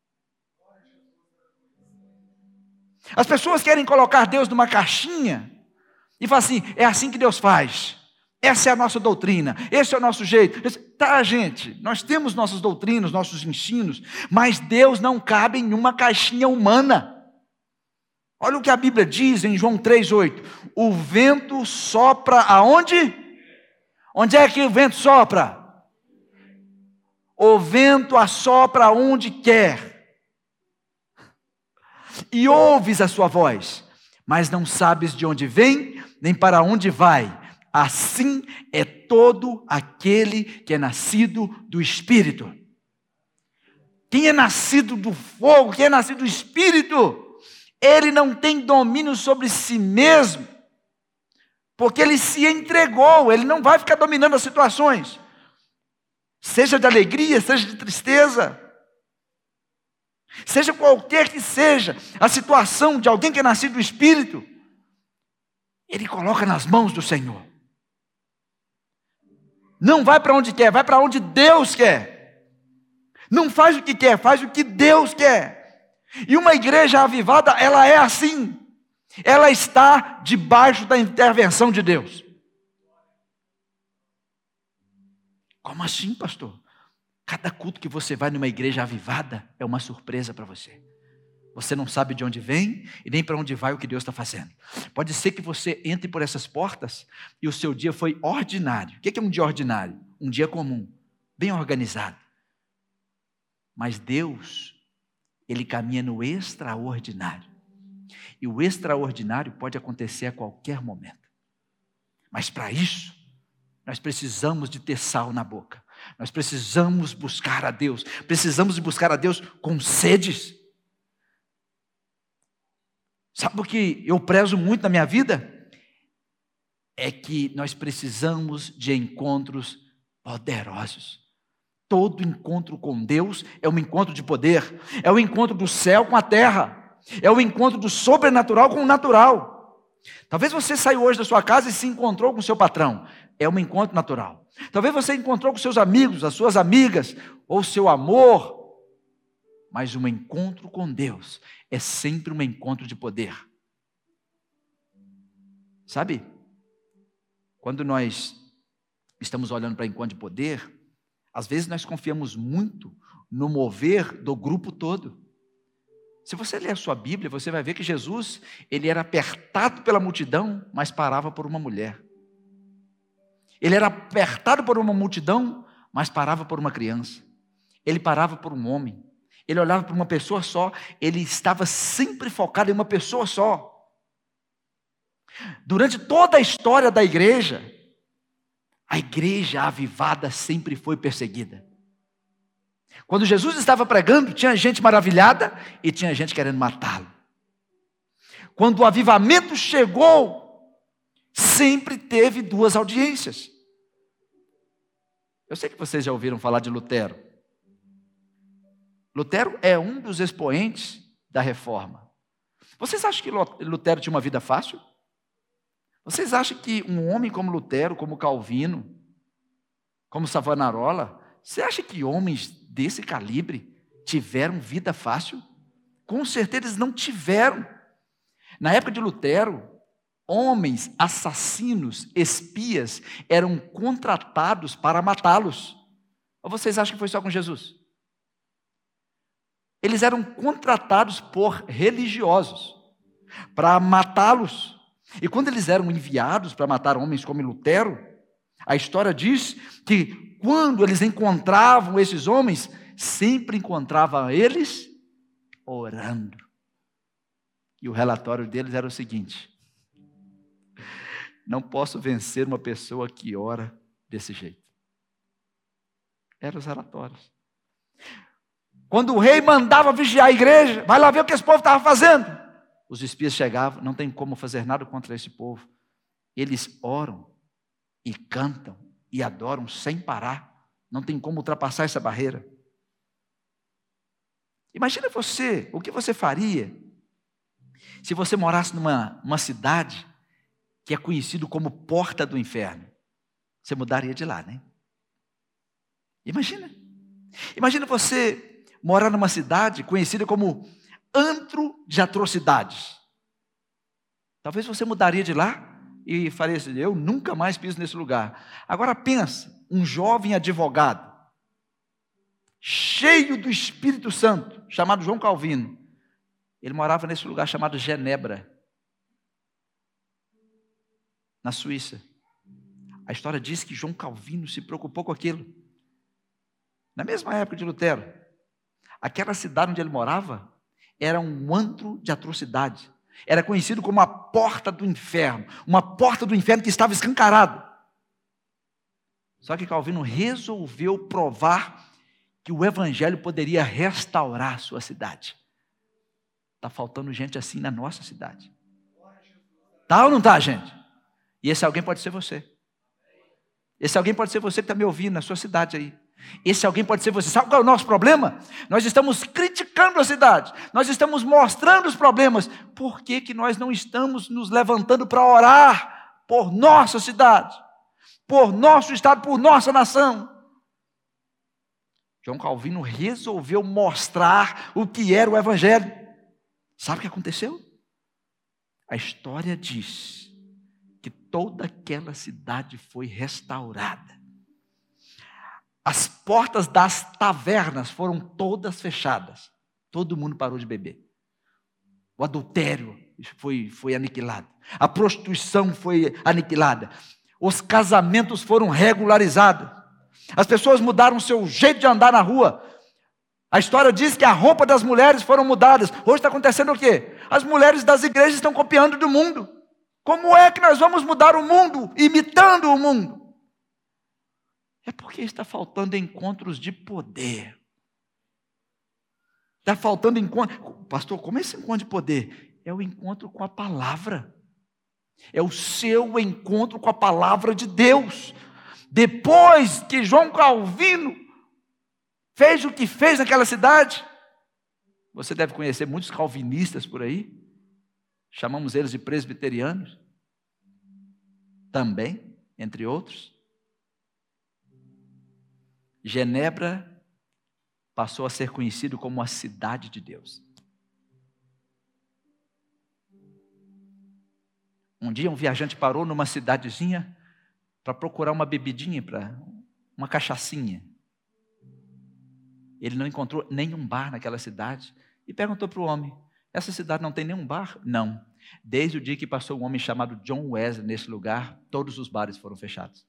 As pessoas querem colocar Deus numa caixinha e falar assim, é assim que Deus faz. Essa é a nossa doutrina, esse é o nosso jeito. Tá, gente, nós temos nossas doutrinas, nossos ensinos, mas Deus não cabe em uma caixinha humana. Olha o que a Bíblia diz em João 3,8. O vento sopra aonde? Onde é que o vento sopra? O vento assopra onde quer. E ouves a sua voz, mas não sabes de onde vem, nem para onde vai. Assim é todo aquele que é nascido do Espírito. Quem é nascido do fogo, quem é nascido do Espírito, ele não tem domínio sobre si mesmo, porque ele se entregou, ele não vai ficar dominando as situações, seja de alegria, seja de tristeza, seja qualquer que seja a situação de alguém que é nascido do Espírito, ele coloca nas mãos do Senhor. Não vai para onde quer, vai para onde Deus quer. Não faz o que quer, faz o que Deus quer. E uma igreja avivada, ela é assim. Ela está debaixo da intervenção de Deus. Como assim, pastor? Cada culto que você vai numa igreja avivada é uma surpresa para você. Você não sabe de onde vem e nem para onde vai o que Deus está fazendo. Pode ser que você entre por essas portas e o seu dia foi ordinário. O que é um dia ordinário? Um dia comum, bem organizado. Mas Deus, Ele caminha no extraordinário. E o extraordinário pode acontecer a qualquer momento. Mas para isso, nós precisamos de ter sal na boca. Nós precisamos buscar a Deus. Precisamos de buscar a Deus com sedes. Sabe o que eu prezo muito na minha vida? É que nós precisamos de encontros poderosos. Todo encontro com Deus é um encontro de poder, é o encontro do céu com a terra, é o encontro do sobrenatural com o natural. Talvez você saiu hoje da sua casa e se encontrou com o seu patrão, é um encontro natural. Talvez você encontrou com seus amigos, as suas amigas, ou seu amor, mas um encontro com Deus é sempre um encontro de poder. Sabe? Quando nós estamos olhando para encontro de poder, às vezes nós confiamos muito no mover do grupo todo. Se você ler a sua Bíblia, você vai ver que Jesus, ele era apertado pela multidão, mas parava por uma mulher. Ele era apertado por uma multidão, mas parava por uma criança. Ele parava por um homem. Ele olhava para uma pessoa só. Ele estava sempre focado em uma pessoa só. Durante toda a história da igreja, a igreja avivada sempre foi perseguida. Quando Jesus estava pregando, tinha gente maravilhada e tinha gente querendo matá-lo. Quando o avivamento chegou, sempre teve duas audiências. Eu sei que vocês já ouviram falar de Lutero. Lutero é um dos expoentes da reforma. Vocês acham que Lutero tinha uma vida fácil? Vocês acham que um homem como Lutero, como Calvino, como Savonarola, você acha que homens desse calibre tiveram vida fácil? Com certeza eles não tiveram. Na época de Lutero, homens, assassinos, espias, eram contratados para matá-los. Ou vocês acham que foi só com Jesus? Eles eram contratados por religiosos para matá-los. E quando eles eram enviados para matar homens como Lutero, a história diz que quando eles encontravam esses homens, sempre encontravam eles orando. E o relatório deles era o seguinte: não posso vencer uma pessoa que ora desse jeito. Eram os relatórios. Quando o rei mandava vigiar a igreja, vai lá ver o que esse povo estava fazendo. Os espias chegavam, não tem como fazer nada contra esse povo. Eles oram e cantam e adoram sem parar. Não tem como ultrapassar essa barreira. Imagina você, o que você faria se você morasse numa cidade que é conhecido como Porta do Inferno. Você mudaria de lá, né? Imagina. Imagina você morar numa cidade conhecida como antro de atrocidades. Talvez você mudaria de lá e faria assim: eu nunca mais piso nesse lugar. Agora pensa, um jovem advogado, cheio do Espírito Santo, chamado João Calvino. Ele morava nesse lugar chamado Genebra, na Suíça. A história diz que João Calvino se preocupou com aquilo. Na mesma época de Lutero, aquela cidade onde ele morava era um antro de atrocidade. Era conhecido como a porta do inferno. Uma porta do inferno que estava escancarada. Só que Calvino resolveu provar que o evangelho poderia restaurar a sua cidade. Está faltando gente assim na nossa cidade. Tá ou não está, gente? E esse alguém pode ser você. Esse alguém pode ser você que está me ouvindo na sua cidade aí. Esse alguém pode ser você. Sabe qual é o nosso problema? Nós estamos criticando a cidade. Nós estamos mostrando os problemas. Por que que nós não estamos nos levantando para orar por nossa cidade, por nosso estado, por nossa nação? João Calvino resolveu mostrar o que era o evangelho. Sabe o que aconteceu? A história diz que toda aquela cidade foi restaurada. As portas das tavernas foram todas fechadas. Todo mundo parou de beber. O adultério foi aniquilado. A prostituição foi aniquilada. Os casamentos foram regularizados. As pessoas mudaram seu jeito de andar na rua. A história diz que a roupa das mulheres foram mudadas. Hoje está acontecendo o quê? As mulheres das igrejas estão copiando do mundo. Como é que nós vamos mudar o mundo imitando o mundo? É porque está faltando encontros de poder. Está faltando encontro. Pastor, como é esse encontro de poder? É o encontro com a palavra. É o seu encontro com a palavra de Deus. Depois que João Calvino fez o que fez naquela cidade, você deve conhecer muitos calvinistas por aí, chamamos eles de presbiterianos, também, entre outros. Genebra passou a ser conhecido como a cidade de Deus. Um dia um viajante parou numa cidadezinha para procurar uma bebidinha, uma cachaçinha. Ele não encontrou nenhum bar naquela cidade e perguntou para o homem: essa cidade não tem nenhum bar? Não. Desde o dia que passou um homem chamado John Wesley nesse lugar, todos os bares foram fechados.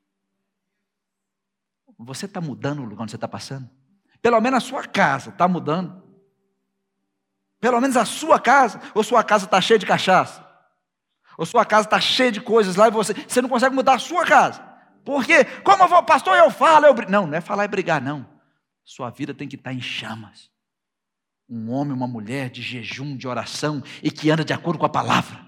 Você está mudando o lugar onde você está passando? Pelo menos a sua casa está mudando. Pelo menos a sua casa, ou sua casa está cheia de cachaça? Ou sua casa está cheia de coisas lá e você não consegue mudar a sua casa. Por quê? Como eu vou, pastor, eu falo, eu brigo. Não, não é falar e brigar, não. Sua vida tem que estar em chamas. Um homem, uma mulher de jejum, de oração e que anda de acordo com a palavra.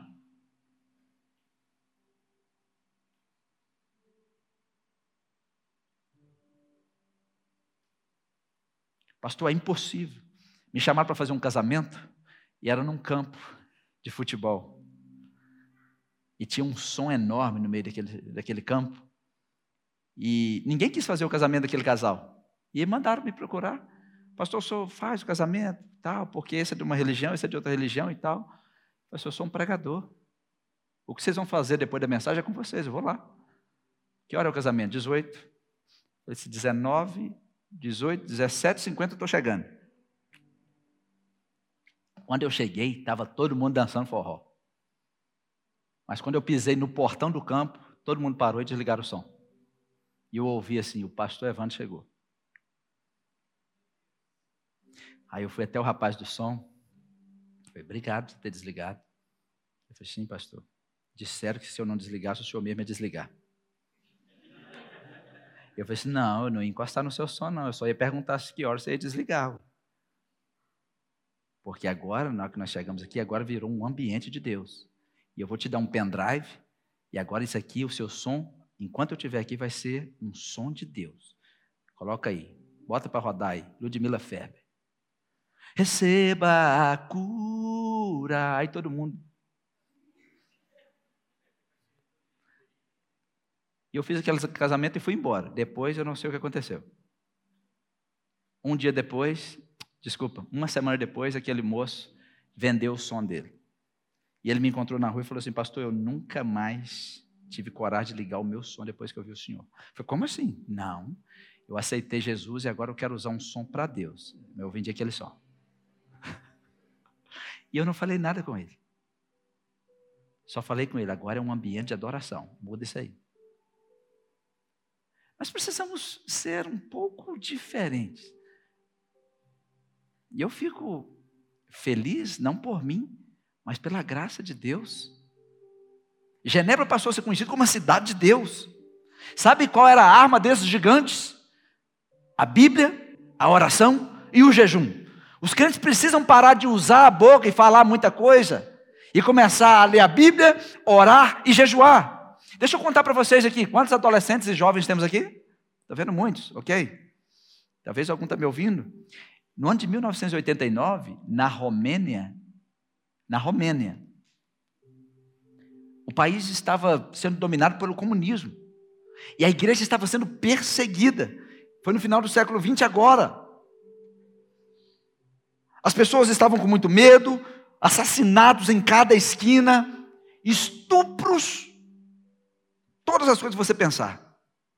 Pastor, é impossível. Me chamaram para fazer um casamento e era num campo de futebol. E tinha um som enorme no meio daquele campo. E ninguém quis fazer o casamento daquele casal. E mandaram me procurar. Pastor, o senhor faz o casamento e tal, porque esse é de uma religião, esse é de outra religião e tal. Pastor, eu sou um pregador. O que vocês vão fazer depois da mensagem é com vocês, eu vou lá. Que hora é o casamento? 18. Eu disse 19, 18, 17, 50, eu estou chegando. Quando eu cheguei, estava todo mundo dançando forró. Mas quando eu pisei no portão do campo, todo mundo parou e desligaram o som. E eu ouvi assim: o pastor Evandro chegou. Aí eu fui até o rapaz do som. Falei: obrigado por ter desligado. Eu falei: sim, pastor. Disseram que se eu não desligasse, o senhor mesmo ia desligar. Eu falei assim: não, eu não ia encostar no seu som, não. Eu só ia perguntar se que hora você ia desligar. Porque agora, na hora que nós chegamos aqui, agora virou um ambiente de Deus. E eu vou te dar um pendrive, e agora isso aqui, o seu som, enquanto eu estiver aqui, vai ser um som de Deus. Coloca aí, bota para rodar aí, Ludmila Ferber. Receba a cura. Aí todo mundo. E eu fiz aquele casamento e fui embora. Depois eu não sei o que aconteceu. Uma semana depois, aquele moço vendeu o som dele. E ele me encontrou na rua e falou assim: pastor, eu nunca mais tive coragem de ligar o meu som depois que eu vi o senhor. Eu falei: como assim? Não, eu aceitei Jesus e agora eu quero usar um som para Deus. Eu vendi aquele som. E eu não falei nada com ele. Só falei com ele: agora é um ambiente de adoração. Muda isso aí. Nós precisamos ser um pouco diferentes. E eu fico feliz, não por mim, mas pela graça de Deus. Genebra passou a ser conhecida como a cidade de Deus. Sabe qual era a arma desses gigantes? A Bíblia, a oração e o jejum. Os crentes precisam parar de usar a boca e falar muita coisa e começar a ler a Bíblia, orar e jejuar. Deixa eu contar para vocês aqui, quantos adolescentes e jovens temos aqui? Está vendo muitos, ok? Talvez algum está me ouvindo. No ano de 1989, na Romênia, o país estava sendo dominado pelo comunismo. E a igreja estava sendo perseguida. Foi no final do século XX agora. As pessoas estavam com muito medo, assassinatos em cada esquina, estupros, todas as coisas que você pensar.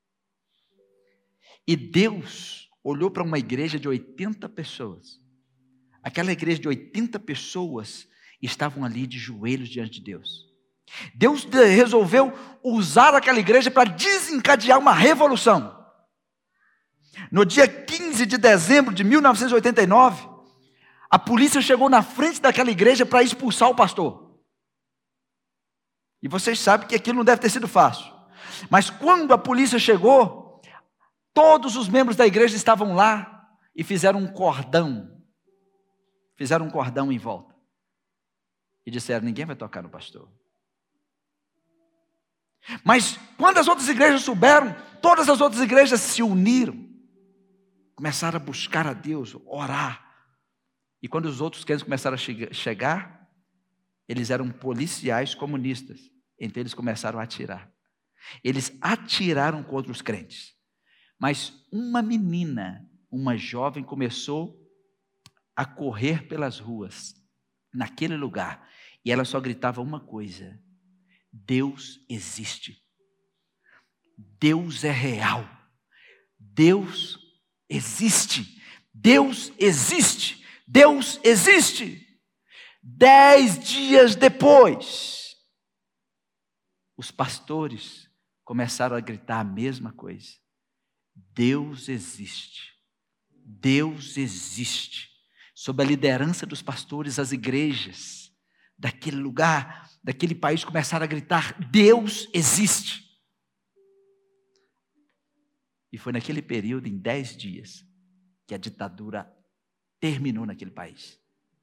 E Deus olhou para uma igreja de 80 pessoas. Aquela igreja de 80 pessoas estavam ali de joelhos diante de Deus. Deus resolveu usar aquela igreja para desencadear uma revolução. No dia 15 de dezembro de 1989, a polícia chegou na frente daquela igreja para expulsar o pastor. E vocês sabem que aquilo não deve ter sido fácil. Mas quando a polícia chegou, todos os membros da igreja estavam lá e fizeram um cordão em volta. e disseram: ninguém vai tocar no pastor. Mas quando as outras igrejas souberam, todas as outras igrejas se uniram, começaram a buscar a Deus, orar. E quando os outros crentes começaram a chegar, eles eram policiais comunistas, então eles começaram a atirar. Eles atiraram contra os crentes. Mas uma menina, uma jovem, começou a correr pelas ruas, naquele lugar, e ela só gritava uma coisa: Deus existe. Deus é real. Deus existe. Deus existe. Deus existe. 10 dias depois, os pastores começaram a gritar a mesma coisa: Deus existe. Deus existe. Sob a liderança dos pastores, as igrejas daquele lugar, daquele país, começaram a gritar: Deus existe. E foi naquele período, em 10 dias, que a ditadura terminou naquele país.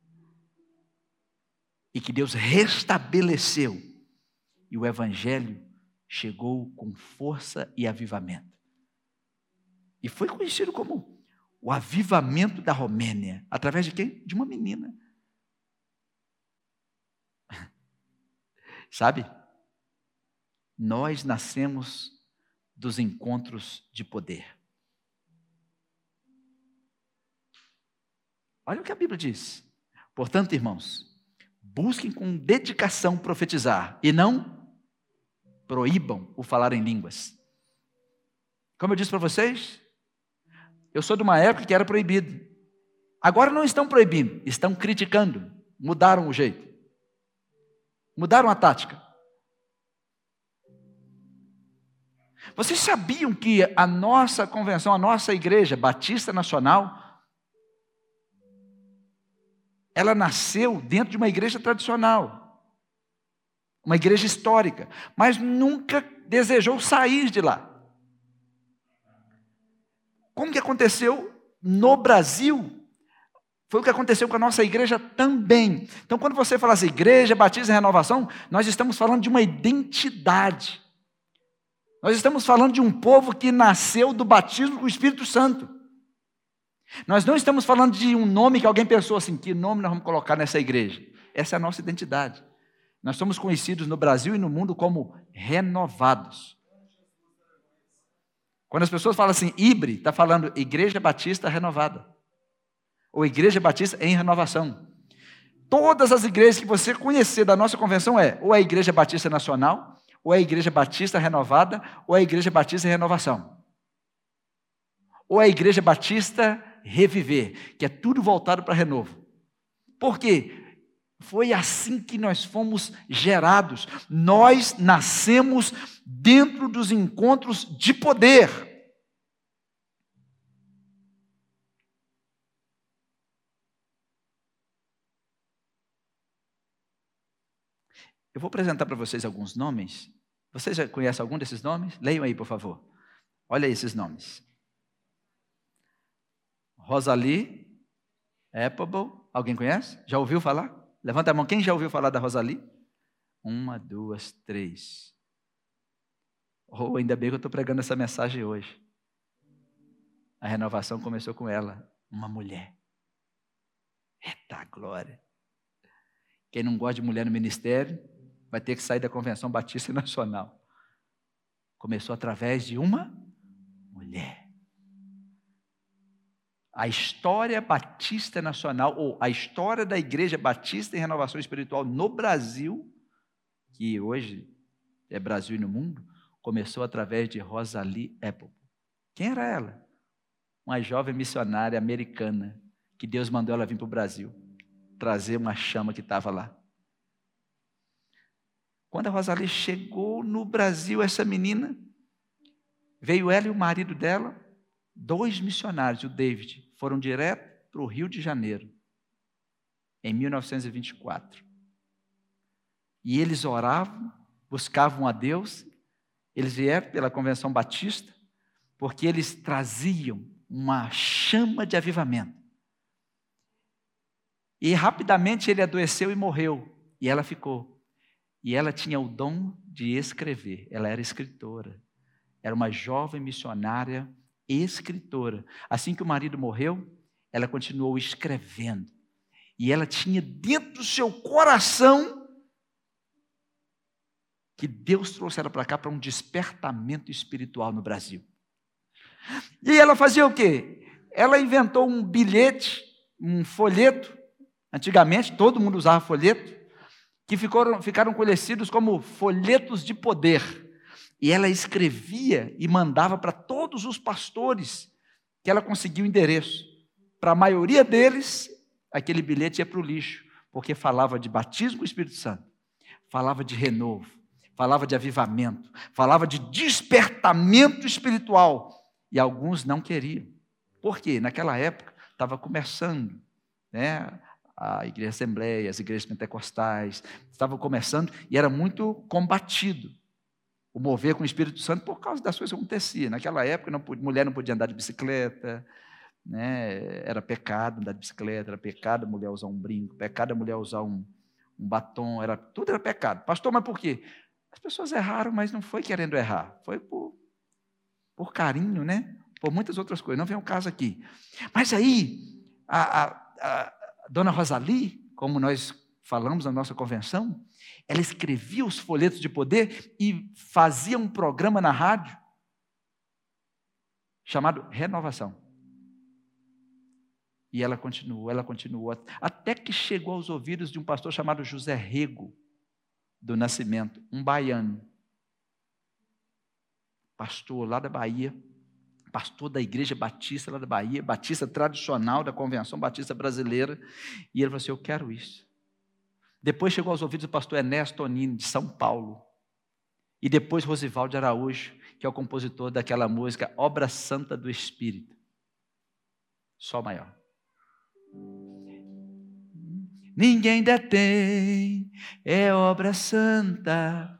E que Deus restabeleceu. E o evangelho chegou com força e avivamento. E foi conhecido como o avivamento da Romênia. Através de quem? De uma menina. Sabe? Nós nascemos dos encontros de poder. Olha o que a Bíblia diz. Portanto, irmãos, busquem com dedicação profetizar e não proíbam o falar em línguas. Como eu disse para vocês, eu sou de uma época que era proibido. Agora não estão proibindo, estão criticando. Mudaram o jeito. Mudaram a tática. Vocês sabiam que a nossa convenção, a nossa igreja Batista Nacional, ela nasceu dentro de uma igreja tradicional, uma igreja histórica, mas nunca desejou sair de lá. Como que aconteceu no Brasil, foi o que aconteceu com a nossa igreja também. Então, quando você fala assim, Igreja Batista e Renovação, nós estamos falando de uma identidade. Nós estamos falando de um povo que nasceu do batismo com o Espírito Santo. Nós não estamos falando de um nome que alguém pensou assim: que nome nós vamos colocar nessa igreja? Essa é a nossa identidade. Nós somos conhecidos no Brasil e no mundo como renovados. Quando as pessoas falam assim, IBRE, está falando Igreja Batista Renovada. Ou Igreja Batista em Renovação. Todas as igrejas que você conhecer da nossa convenção ou a Igreja Batista Nacional, ou a Igreja Batista Renovada, ou a Igreja Batista em Renovação. Ou a Igreja Batista Reviver, que é tudo voltado para renovo. Por quê? Foi assim que nós fomos gerados. Nós nascemos dentro dos encontros de poder. Eu vou apresentar para vocês alguns nomes. Vocês já conhecem algum desses nomes? Leiam aí, por favor. Olha aí esses nomes. Rosalie Appleby. Alguém conhece? Já ouviu falar? Levanta a mão. Quem já ouviu falar da Rosalie? 1, 2, 3. Oh, ainda bem que eu estou pregando essa mensagem hoje. A renovação começou com ela, uma mulher. Eita glória. Quem não gosta de mulher no ministério, vai ter que sair da Convenção Batista Nacional. Começou através de uma mulher. A história batista nacional, ou a história da Igreja Batista em Renovação Espiritual no Brasil, que hoje é Brasil e no mundo, começou através de Rosalie Appleby. Quem era ela? Uma jovem missionária americana, que Deus mandou ela vir para o Brasil, trazer uma chama que estava lá. Quando a Rosalie chegou no Brasil, essa menina, veio ela e o marido dela, 2 missionários, o David, foram direto para o Rio de Janeiro, em 1924. E eles oravam, buscavam a Deus, eles vieram pela Convenção Batista, porque eles traziam uma chama de avivamento. E rapidamente ele adoeceu e morreu. E ela ficou. E ela tinha o dom de escrever. Ela era escritora. Era uma jovem missionária escritora. Assim que o marido morreu, ela continuou escrevendo. E ela tinha dentro do seu coração que Deus trouxe ela para cá para um despertamento espiritual no Brasil. E ela fazia o quê? Ela inventou um bilhete, um folheto. Antigamente todo mundo usava folheto, que ficaram conhecidos como folhetos de poder. E ela escrevia e mandava para todos os pastores que ela conseguiu o endereço. Para a maioria deles, aquele bilhete ia para o lixo, porque falava de batismo com o Espírito Santo, falava de renovo, falava de avivamento, falava de despertamento espiritual. E alguns não queriam. Por quê? Naquela época estava começando, né? A igreja Assembleia, as igrejas pentecostais, estavam começando e era muito combatido o mover com o Espírito Santo por causa das coisas que aconteciam. Naquela época, mulher não podia andar de bicicleta, né? Era pecado andar de bicicleta, era pecado a mulher usar um brinco, pecado a mulher usar um batom, tudo era pecado. Pastor, mas por quê? As pessoas erraram, mas não foi querendo errar, foi por carinho, né? Por muitas outras coisas, não vem o caso aqui. Mas aí, a dona Rosalie, como nós falamos na nossa convenção, ela escrevia os folhetos de poder e fazia um programa na rádio chamado Renovação. E ela continuou, até que chegou aos ouvidos de um pastor chamado José Rego do Nascimento, um baiano. Pastor lá da Bahia, pastor da Igreja Batista lá da Bahia, batista tradicional da Convenção Batista Brasileira, e ele falou assim, eu quero isso. Depois chegou aos ouvidos do pastor Ernesto Tonini, de São Paulo, e depois Rosivaldo de Araújo, que é o compositor daquela música Obra Santa do Espírito. Sol maior. Ninguém detém, é obra santa,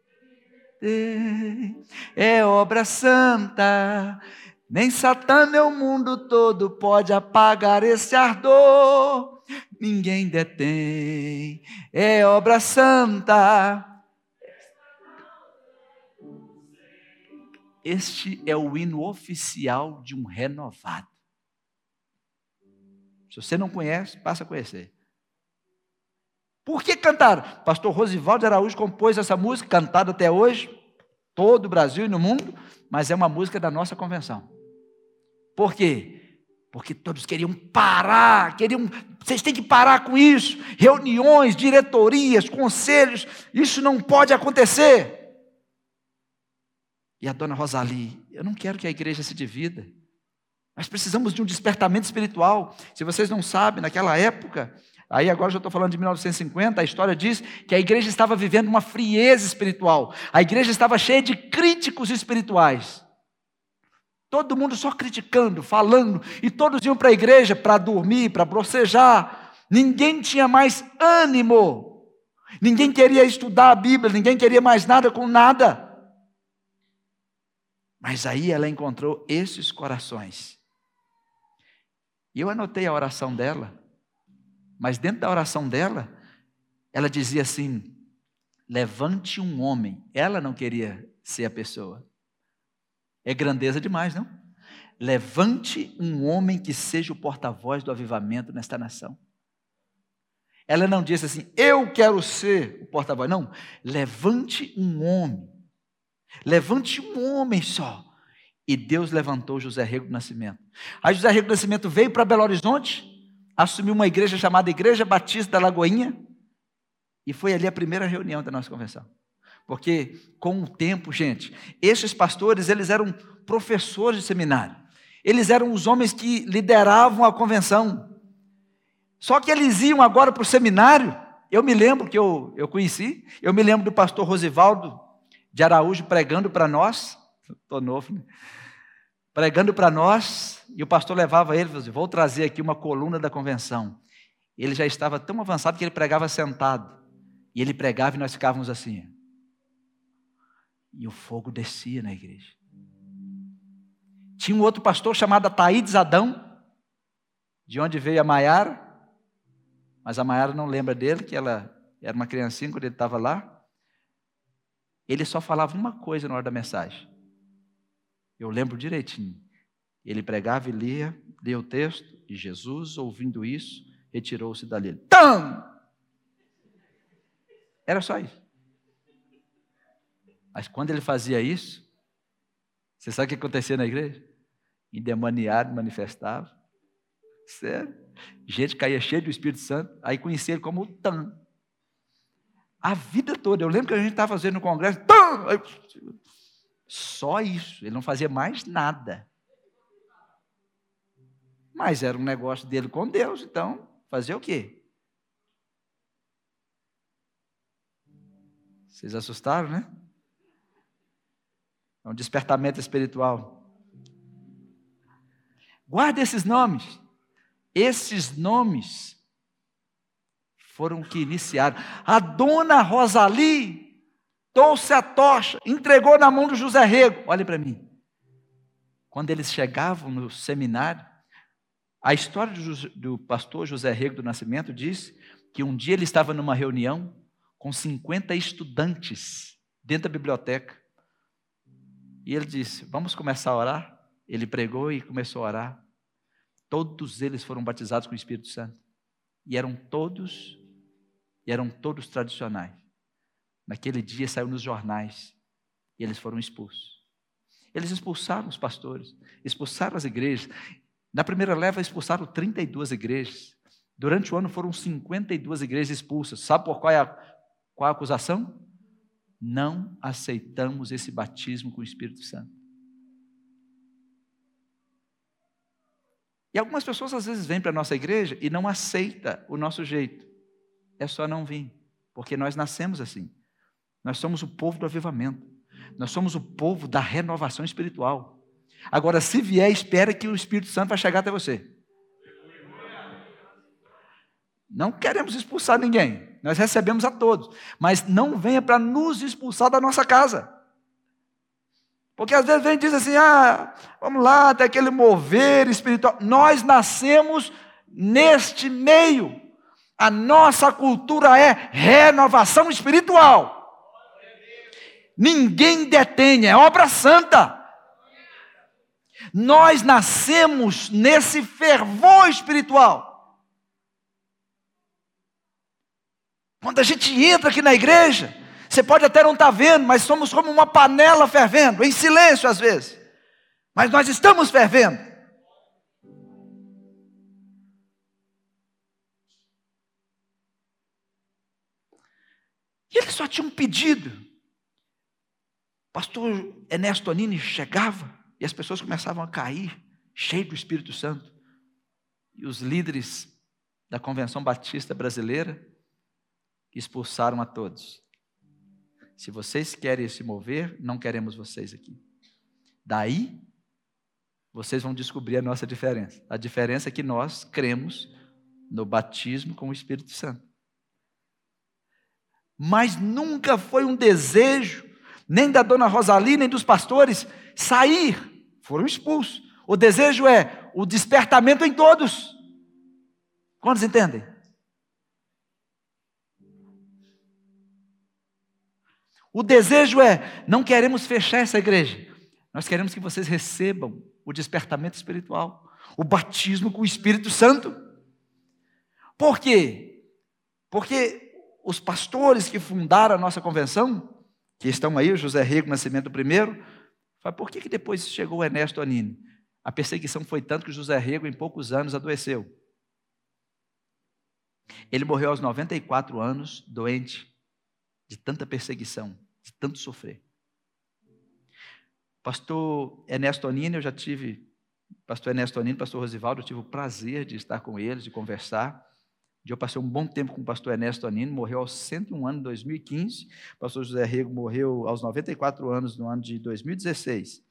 é obra santa, nem Satã nem o mundo todo pode apagar esse ardor. Ninguém detém, é obra santa. Este é o hino oficial de um renovado. Se você não conhece, passa a conhecer. Por que cantaram? Pastor Rosivaldo de Araújo compôs essa música, cantada até hoje, todo o Brasil e no mundo, mas é uma música da nossa convenção. Por quê? Porque todos queriam parar, vocês têm que parar com isso, reuniões, diretorias, conselhos, isso não pode acontecer. E a dona Rosalie, eu não quero que a igreja se divida, nós precisamos de um despertamento espiritual. Se vocês não sabem, naquela época, aí agora já estou falando de 1950, a história diz que a igreja estava vivendo uma frieza espiritual, a igreja estava cheia de críticos espirituais, todo mundo só criticando, falando, e todos iam para a igreja para dormir, para brocejar, ninguém tinha mais ânimo, ninguém queria estudar a Bíblia, ninguém queria mais nada com nada. Mas aí ela encontrou esses corações, e eu anotei a oração dela, mas dentro da oração dela, ela dizia assim, levante um homem. Ela não queria ser a pessoa. É grandeza demais, não? Levante um homem que seja o porta-voz do avivamento nesta nação. Ela não disse assim, eu quero ser o porta-voz. Não, levante um homem. Levante um homem só. E Deus levantou José Rego do Nascimento. Aí José Rego do Nascimento veio para Belo Horizonte, assumiu uma igreja chamada Igreja Batista da Lagoinha, e foi ali a primeira reunião da nossa convenção. Porque com o tempo, gente, esses pastores, eles eram professores de seminário, eles eram os homens que lideravam a convenção, só que eles iam agora para o seminário. Eu me lembro que eu conheci, eu me lembro do pastor Rosivaldo de Araújo pregando para nós, estou novo, né? Pregando para nós, e o pastor levava ele e falou assim, vou trazer aqui uma coluna da convenção. Ele já estava tão avançado que ele pregava sentado, e ele pregava e nós ficávamos assim, e o fogo descia na igreja. Tinha um outro pastor chamado Ataídes Adão, de onde veio a Maiara, mas a Maiara não lembra dele, que ela era uma criancinha quando ele estava lá, ele só falava uma coisa na hora da mensagem. Eu lembro direitinho. Ele pregava e lia o texto, e Jesus, ouvindo isso, retirou-se dali. Tam! Era só isso. Mas quando ele fazia isso, você sabe o que acontecia na igreja? Endemoniado manifestava. Sério. Gente caía cheia do Espírito Santo, aí conhecia ele como o Tam. A vida toda. Eu lembro que a gente estava fazendo no congresso, Tam! Só isso. Ele não fazia mais nada. Mas era um negócio dele com Deus, então, fazer o quê? Vocês assustaram, né? É um despertamento espiritual. Guarda esses nomes. Esses nomes foram que iniciaram. A dona Rosali trouxe a tocha, entregou na mão do José Rego. Olha para mim. Quando eles chegavam no seminário, a história do pastor José Rego do Nascimento diz que um dia ele estava numa reunião com 50 estudantes dentro da biblioteca. E ele disse, vamos começar a orar? Ele pregou e começou a orar. Todos eles foram batizados com o Espírito Santo. E eram todos tradicionais. Naquele dia saiu nos jornais. E eles foram expulsos. Eles expulsaram os pastores, expulsaram as igrejas. Na primeira leva expulsaram 32 igrejas. Durante o ano foram 52 igrejas expulsas. Sabe por qual é a acusação? Não aceitamos esse batismo com o Espírito Santo. E algumas pessoas às vezes vêm para a nossa igreja e não aceitam o nosso jeito. É só não vir, porque nós nascemos assim. Nós somos o povo do avivamento. Nós somos o povo da renovação espiritual. Agora, se vier, espera que o Espírito Santo vai chegar até você. Não queremos expulsar ninguém. Nós recebemos a todos. Mas não venha para nos expulsar da nossa casa. Porque às vezes vem e diz assim, vamos lá, tem aquele mover espiritual. Nós nascemos neste meio. A nossa cultura é renovação espiritual. Ninguém detém, é obra santa. Nós nascemos nesse fervor espiritual. Quando a gente entra aqui na igreja, você pode até não estar vendo, mas somos como uma panela fervendo, em silêncio às vezes. Mas nós estamos fervendo. E ele só tinha um pedido. O pastor Ernesto Tonini chegava e as pessoas começavam a cair, cheios do Espírito Santo. E os líderes da Convenção Batista Brasileira expulsaram a todos. Se vocês querem se mover, não queremos vocês aqui. Daí, vocês vão descobrir a nossa diferença. A diferença é que nós cremos no batismo com o Espírito Santo. Mas nunca foi um desejo, nem da dona Rosali, nem dos pastores, sair. Foram expulsos. O desejo é o despertamento em todos. Quantos entendem? O desejo é, não queremos fechar essa igreja. Nós queremos que vocês recebam o despertamento espiritual, o batismo com o Espírito Santo. Por quê? Porque os pastores que fundaram a nossa convenção, que estão aí, o José Rego Nascimento primeiro, fala, por que depois chegou o Ernesto Tonini? A perseguição foi tanto que o José Rego, em poucos anos, adoeceu. Ele morreu aos 94 anos, doente, de tanta perseguição, de tanto sofrer. Pastor Ernesto Tonini, eu já tive, pastor Ernesto Tonini, pastor Rosivaldo, eu tive o prazer de estar com eles, de conversar. Eu passei um bom tempo com o pastor Ernesto Tonini, morreu aos 101 anos em 2015. O pastor José Rego morreu aos 94 anos no ano de 2016.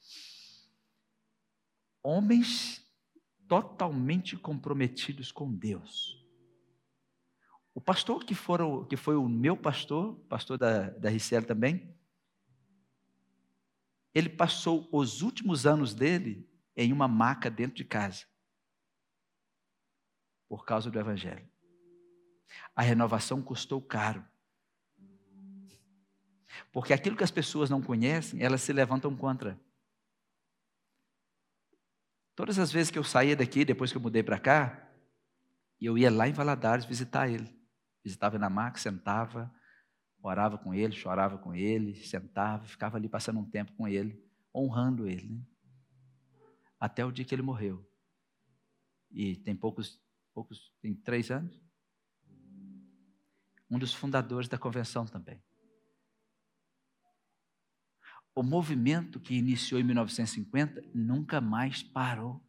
Homens totalmente comprometidos com Deus. O pastor que foi o meu pastor da RCL também, ele passou os últimos anos dele em uma maca dentro de casa, por causa do Evangelho. A renovação custou caro, Porque aquilo que as pessoas não conhecem, elas se levantam contra. Todas as vezes que eu saía daqui, depois que eu mudei para cá, eu ia lá em Valadares visitar ele. Visitava ele na maca, sentava, orava com ele, chorava com ele, sentava, ficava ali passando um tempo com ele, honrando ele, né? Até o dia que ele morreu. E tem tem 3 anos. Um dos fundadores da convenção também. O movimento que iniciou em 1950 nunca mais parou.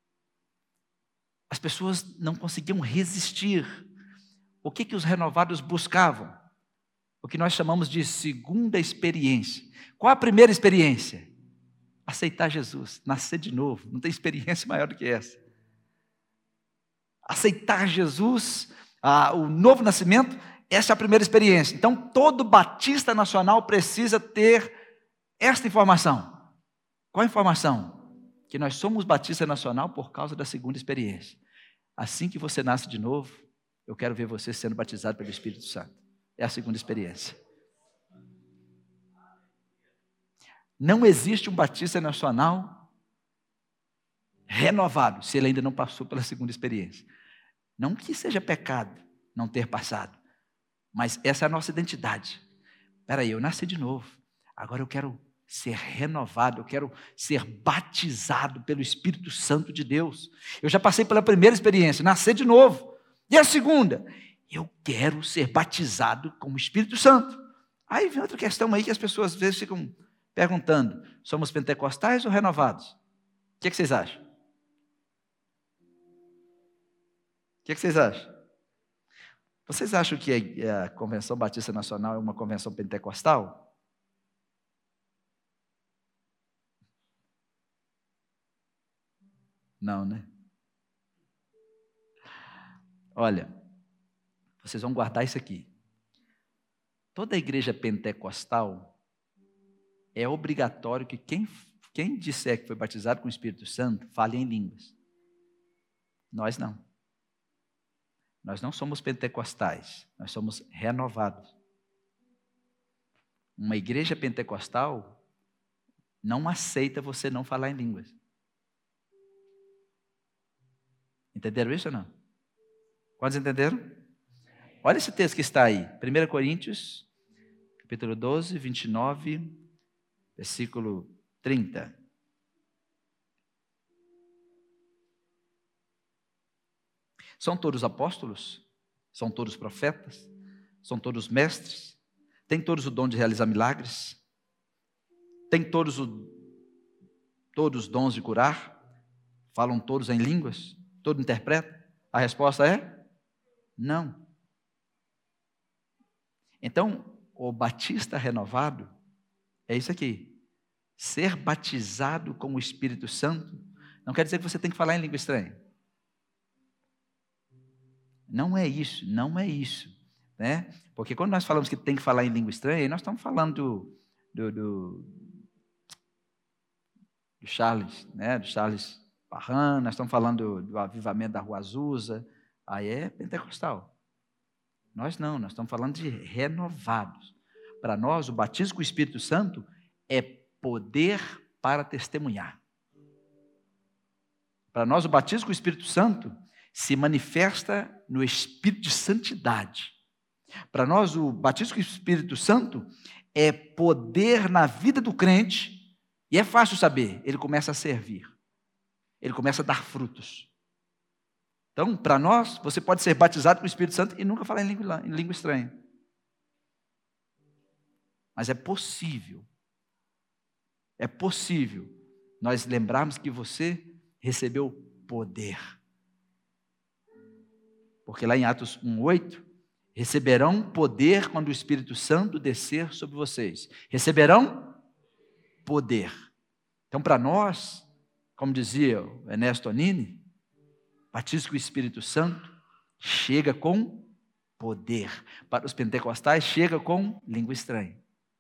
As pessoas não conseguiam resistir. O que os renovados buscavam? O que nós chamamos de segunda experiência. Qual a primeira experiência? Aceitar Jesus, nascer de novo. Não tem experiência maior do que essa. Aceitar Jesus, o novo nascimento, essa é a primeira experiência. Então, todo batista nacional precisa ter esta informação. Qual a informação? Que nós somos batista nacional por causa da segunda experiência. Assim que você nasce de novo, eu quero ver você sendo batizado pelo Espírito Santo. É a segunda experiência. Não existe um batista nacional renovado, se ele ainda não passou pela segunda experiência. Não que seja pecado não ter passado, mas essa é a nossa identidade. Espera aí, eu nasci de novo, agora eu quero ser renovado, eu quero ser batizado pelo Espírito Santo de Deus. Eu já passei pela primeira experiência, nascer de novo. E a segunda? Eu quero ser batizado com o Espírito Santo. Aí vem outra questão aí que as pessoas às vezes ficam perguntando: somos pentecostais ou renovados? O que vocês acham? O que vocês acham? Vocês acham que a Convenção Batista Nacional é uma convenção pentecostal? Não, né? Olha, vocês vão guardar isso aqui. Toda igreja pentecostal é obrigatório que quem disser que foi batizado com o Espírito Santo fale em línguas. Nós não. Nós não somos pentecostais, nós somos renovados. Uma igreja pentecostal não aceita você não falar em línguas. Entenderam isso ou não? Quantos entenderam? Olha esse texto que está aí, 1 Coríntios, capítulo 12, 29, versículo 30. São todos apóstolos? São todos profetas? São todos mestres? Tem todos o dom de realizar milagres? Tem todos os dons de curar? Falam todos em línguas? Todo interpreta? A resposta é não. Então, o batista renovado é isso aqui. Ser batizado com o Espírito Santo não quer dizer que você tem que falar em língua estranha. Não é isso, não é isso, né? Porque quando nós falamos que tem que falar em língua estranha, nós estamos falando do Charles, né? Do Charles Parran, nós estamos falando do avivamento da Rua Azusa, aí é pentecostal. Nós não, nós estamos falando de renovados. Para nós, o batismo com o Espírito Santo é poder para testemunhar. Para nós, o batismo com o Espírito Santo se manifesta no Espírito de santidade. Para nós, o batismo com o Espírito Santo é poder na vida do crente, e é fácil saber, ele começa a servir, ele começa a dar frutos. Então, para nós, você pode ser batizado com o Espírito Santo e nunca falar em língua estranha. Mas é possível nós lembrarmos que você recebeu poder. Porque lá em Atos 1:8, receberão poder quando o Espírito Santo descer sobre vocês. Receberão poder. Então, para nós, como dizia o Ernesto Onini, batismo com o Espírito Santo chega com poder. Para os pentecostais, chega com língua estranha.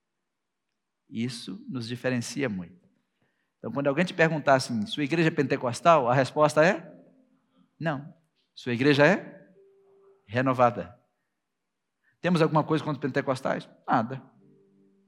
Isso nos diferencia muito. Então, quando alguém te perguntar assim, sua igreja é pentecostal? A resposta é não. Sua igreja é renovada. Temos alguma coisa contra os pentecostais? Nada.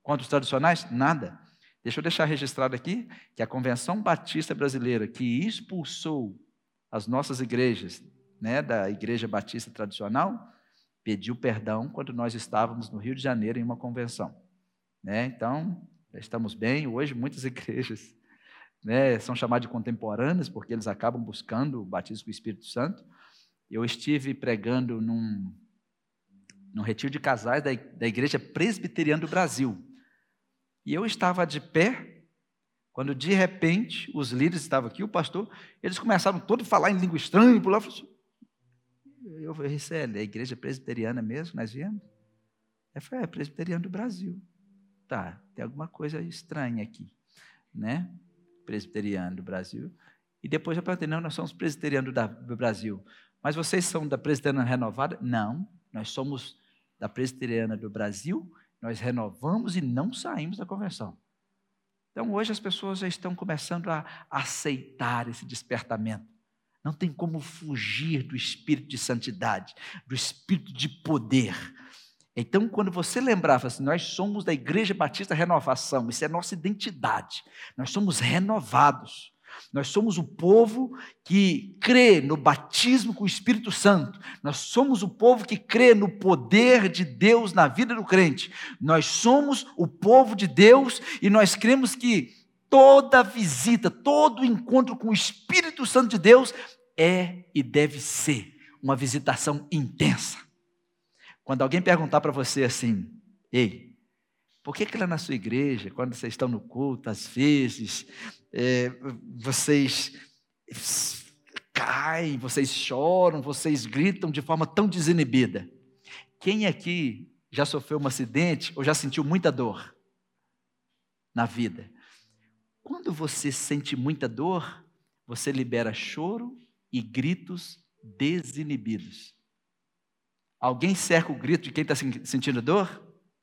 Contra os tradicionais? Nada. Deixa eu deixar registrado aqui que a Convenção Batista Brasileira, que expulsou as nossas igrejas, né, da Igreja Batista Tradicional, pediu perdão quando nós estávamos no Rio de Janeiro em uma convenção. Né? Então, já estamos bem. Hoje, muitas igrejas, né, são chamadas de contemporâneas, porque eles acabam buscando o batismo com o Espírito Santo. Eu estive pregando num retiro de casais da Igreja Presbiteriana do Brasil. E eu estava de pé, quando de repente os líderes estavam aqui, o pastor, eles começaram todos a falar em língua estranha, por lá, eu falei, Ricele, é a Igreja Presbiteriana mesmo, nós viemos? Ele falou, é Presbiteriana do Brasil. Tá, tem alguma coisa estranha aqui, né? Presbiteriano do Brasil. E depois eu perguntei, não, nós somos presbiterianos do Brasil. Mas vocês são da Presbiteriana Renovada? Não, nós somos da Presbiteriana do Brasil, nós renovamos e não saímos da convenção. Então, hoje as pessoas já estão começando a aceitar esse despertamento. Não tem como fugir do espírito de santidade, do espírito de poder. Então, quando você lembrar, assim, nós somos da Igreja Batista Renovação, isso é nossa identidade, nós somos renovados. Nós somos o povo que crê no batismo com o Espírito Santo. Nós somos o povo que crê no poder de Deus na vida do crente. Nós somos o povo de Deus e nós cremos que toda visita, todo encontro com o Espírito Santo de Deus é e deve ser uma visitação intensa. Quando alguém perguntar para você assim, ei, por que lá na sua igreja, quando vocês estão no culto, às vezes, vocês caem, vocês choram, vocês gritam de forma tão desinibida? Quem aqui já sofreu um acidente ou já sentiu muita dor na vida? Quando você sente muita dor, você libera choro e gritos desinibidos. Alguém cerca o grito de quem está sentindo dor?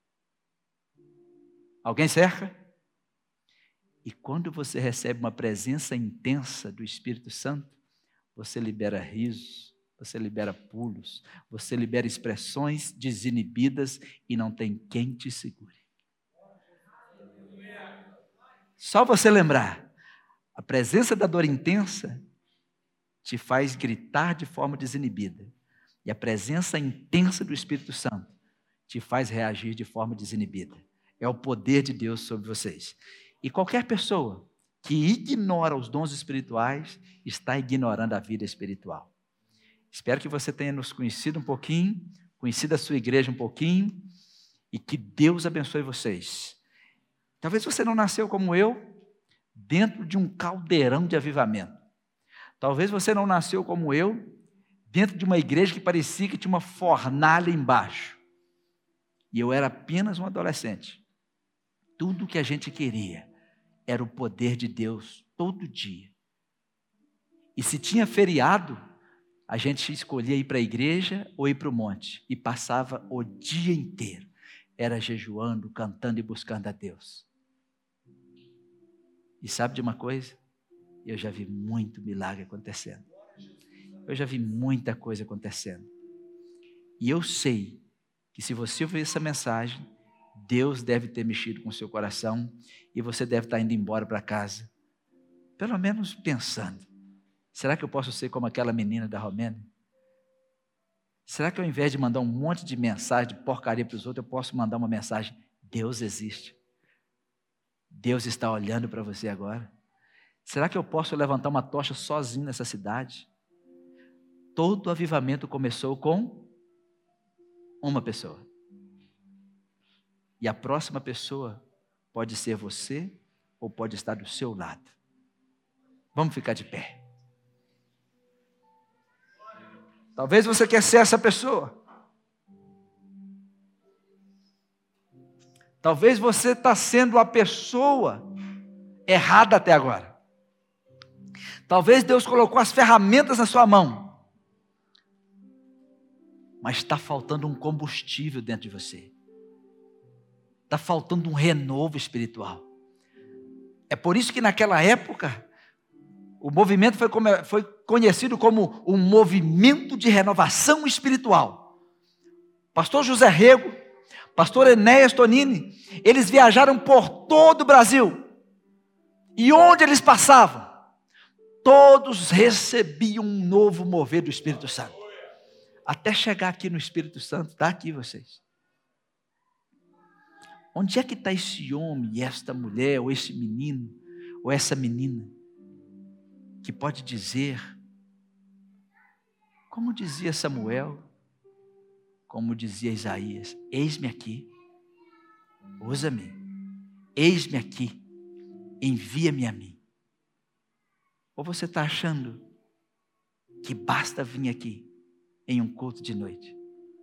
Alguém cerca? E quando você recebe uma presença intensa do Espírito Santo, você libera risos, você libera pulos, você libera expressões desinibidas e não tem quem te segure. Só você lembrar, a presença da dor intensa te faz gritar de forma desinibida. E a presença intensa do Espírito Santo te faz reagir de forma desinibida. É o poder de Deus sobre vocês. E qualquer pessoa que ignora os dons espirituais está ignorando a vida espiritual. Espero que você tenha nos conhecido um pouquinho, conhecido a sua igreja um pouquinho, e que Deus abençoe vocês. Talvez você não nasceu como eu, dentro de um caldeirão de avivamento. Talvez você não nasceu como eu, dentro de uma igreja que parecia que tinha uma fornalha embaixo. E eu era apenas um adolescente. Tudo que a gente queria era o poder de Deus todo dia. E se tinha feriado, a gente escolhia ir para a igreja ou ir para o monte. E passava o dia inteiro. Era jejuando, cantando e buscando a Deus. E sabe de uma coisa? Eu já vi muito milagre acontecendo. Eu já vi muita coisa acontecendo. E eu sei que se você ouvir essa mensagem, Deus deve ter mexido com o seu coração e você deve estar indo embora para casa, pelo menos pensando, será que eu posso ser como aquela menina da Romênia? Será que ao invés de mandar um monte de mensagem, de porcaria para os outros, eu posso mandar uma mensagem, Deus existe. Deus está olhando para você agora. Será que eu posso levantar uma tocha sozinho nessa cidade? Todo avivamento começou com uma pessoa. E a próxima pessoa pode ser você ou pode estar do seu lado. Vamos ficar de pé. Talvez você quer ser essa pessoa. Talvez você está sendo a pessoa errada até agora. Talvez Deus colocou as ferramentas na sua mão. Mas está faltando um combustível dentro de você. Está faltando um renovo espiritual. É por isso que naquela época, o movimento foi conhecido como um movimento de renovação espiritual. Pastor José Rego, pastor Enéas Tonini, eles viajaram por todo o Brasil. E onde eles passavam, todos recebiam um novo mover do Espírito Santo. Até chegar aqui no Espírito Santo, está aqui vocês. Onde é que está esse homem, e esta mulher, ou esse menino, ou essa menina, que pode dizer, como dizia Samuel, como dizia Isaías, eis-me aqui, usa-me, eis-me aqui, envia-me a mim. Ou você está achando que basta vir aqui em um culto de noite?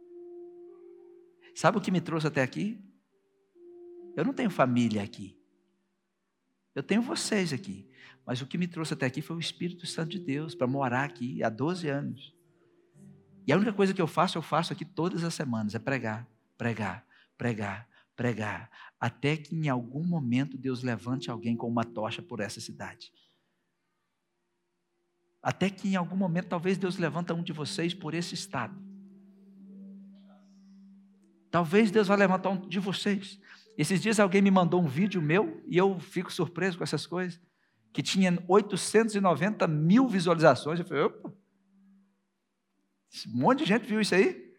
Sabe o que me trouxe até aqui? Eu não tenho família aqui. Eu tenho vocês aqui. Mas o que me trouxe até aqui foi o Espírito Santo de Deus para morar aqui há 12 anos. E a única coisa que eu faço aqui todas as semanas, é pregar, pregar, pregar, pregar, até que em algum momento Deus levante alguém com uma tocha por essa cidade. Até que em algum momento talvez Deus levanta um de vocês por esse estado. Talvez Deus vai levantar um de vocês. Esses dias alguém me mandou um vídeo meu, e eu fico surpreso com essas coisas, que tinha 890 mil visualizações. Eu falei, opa, um monte de gente viu isso aí.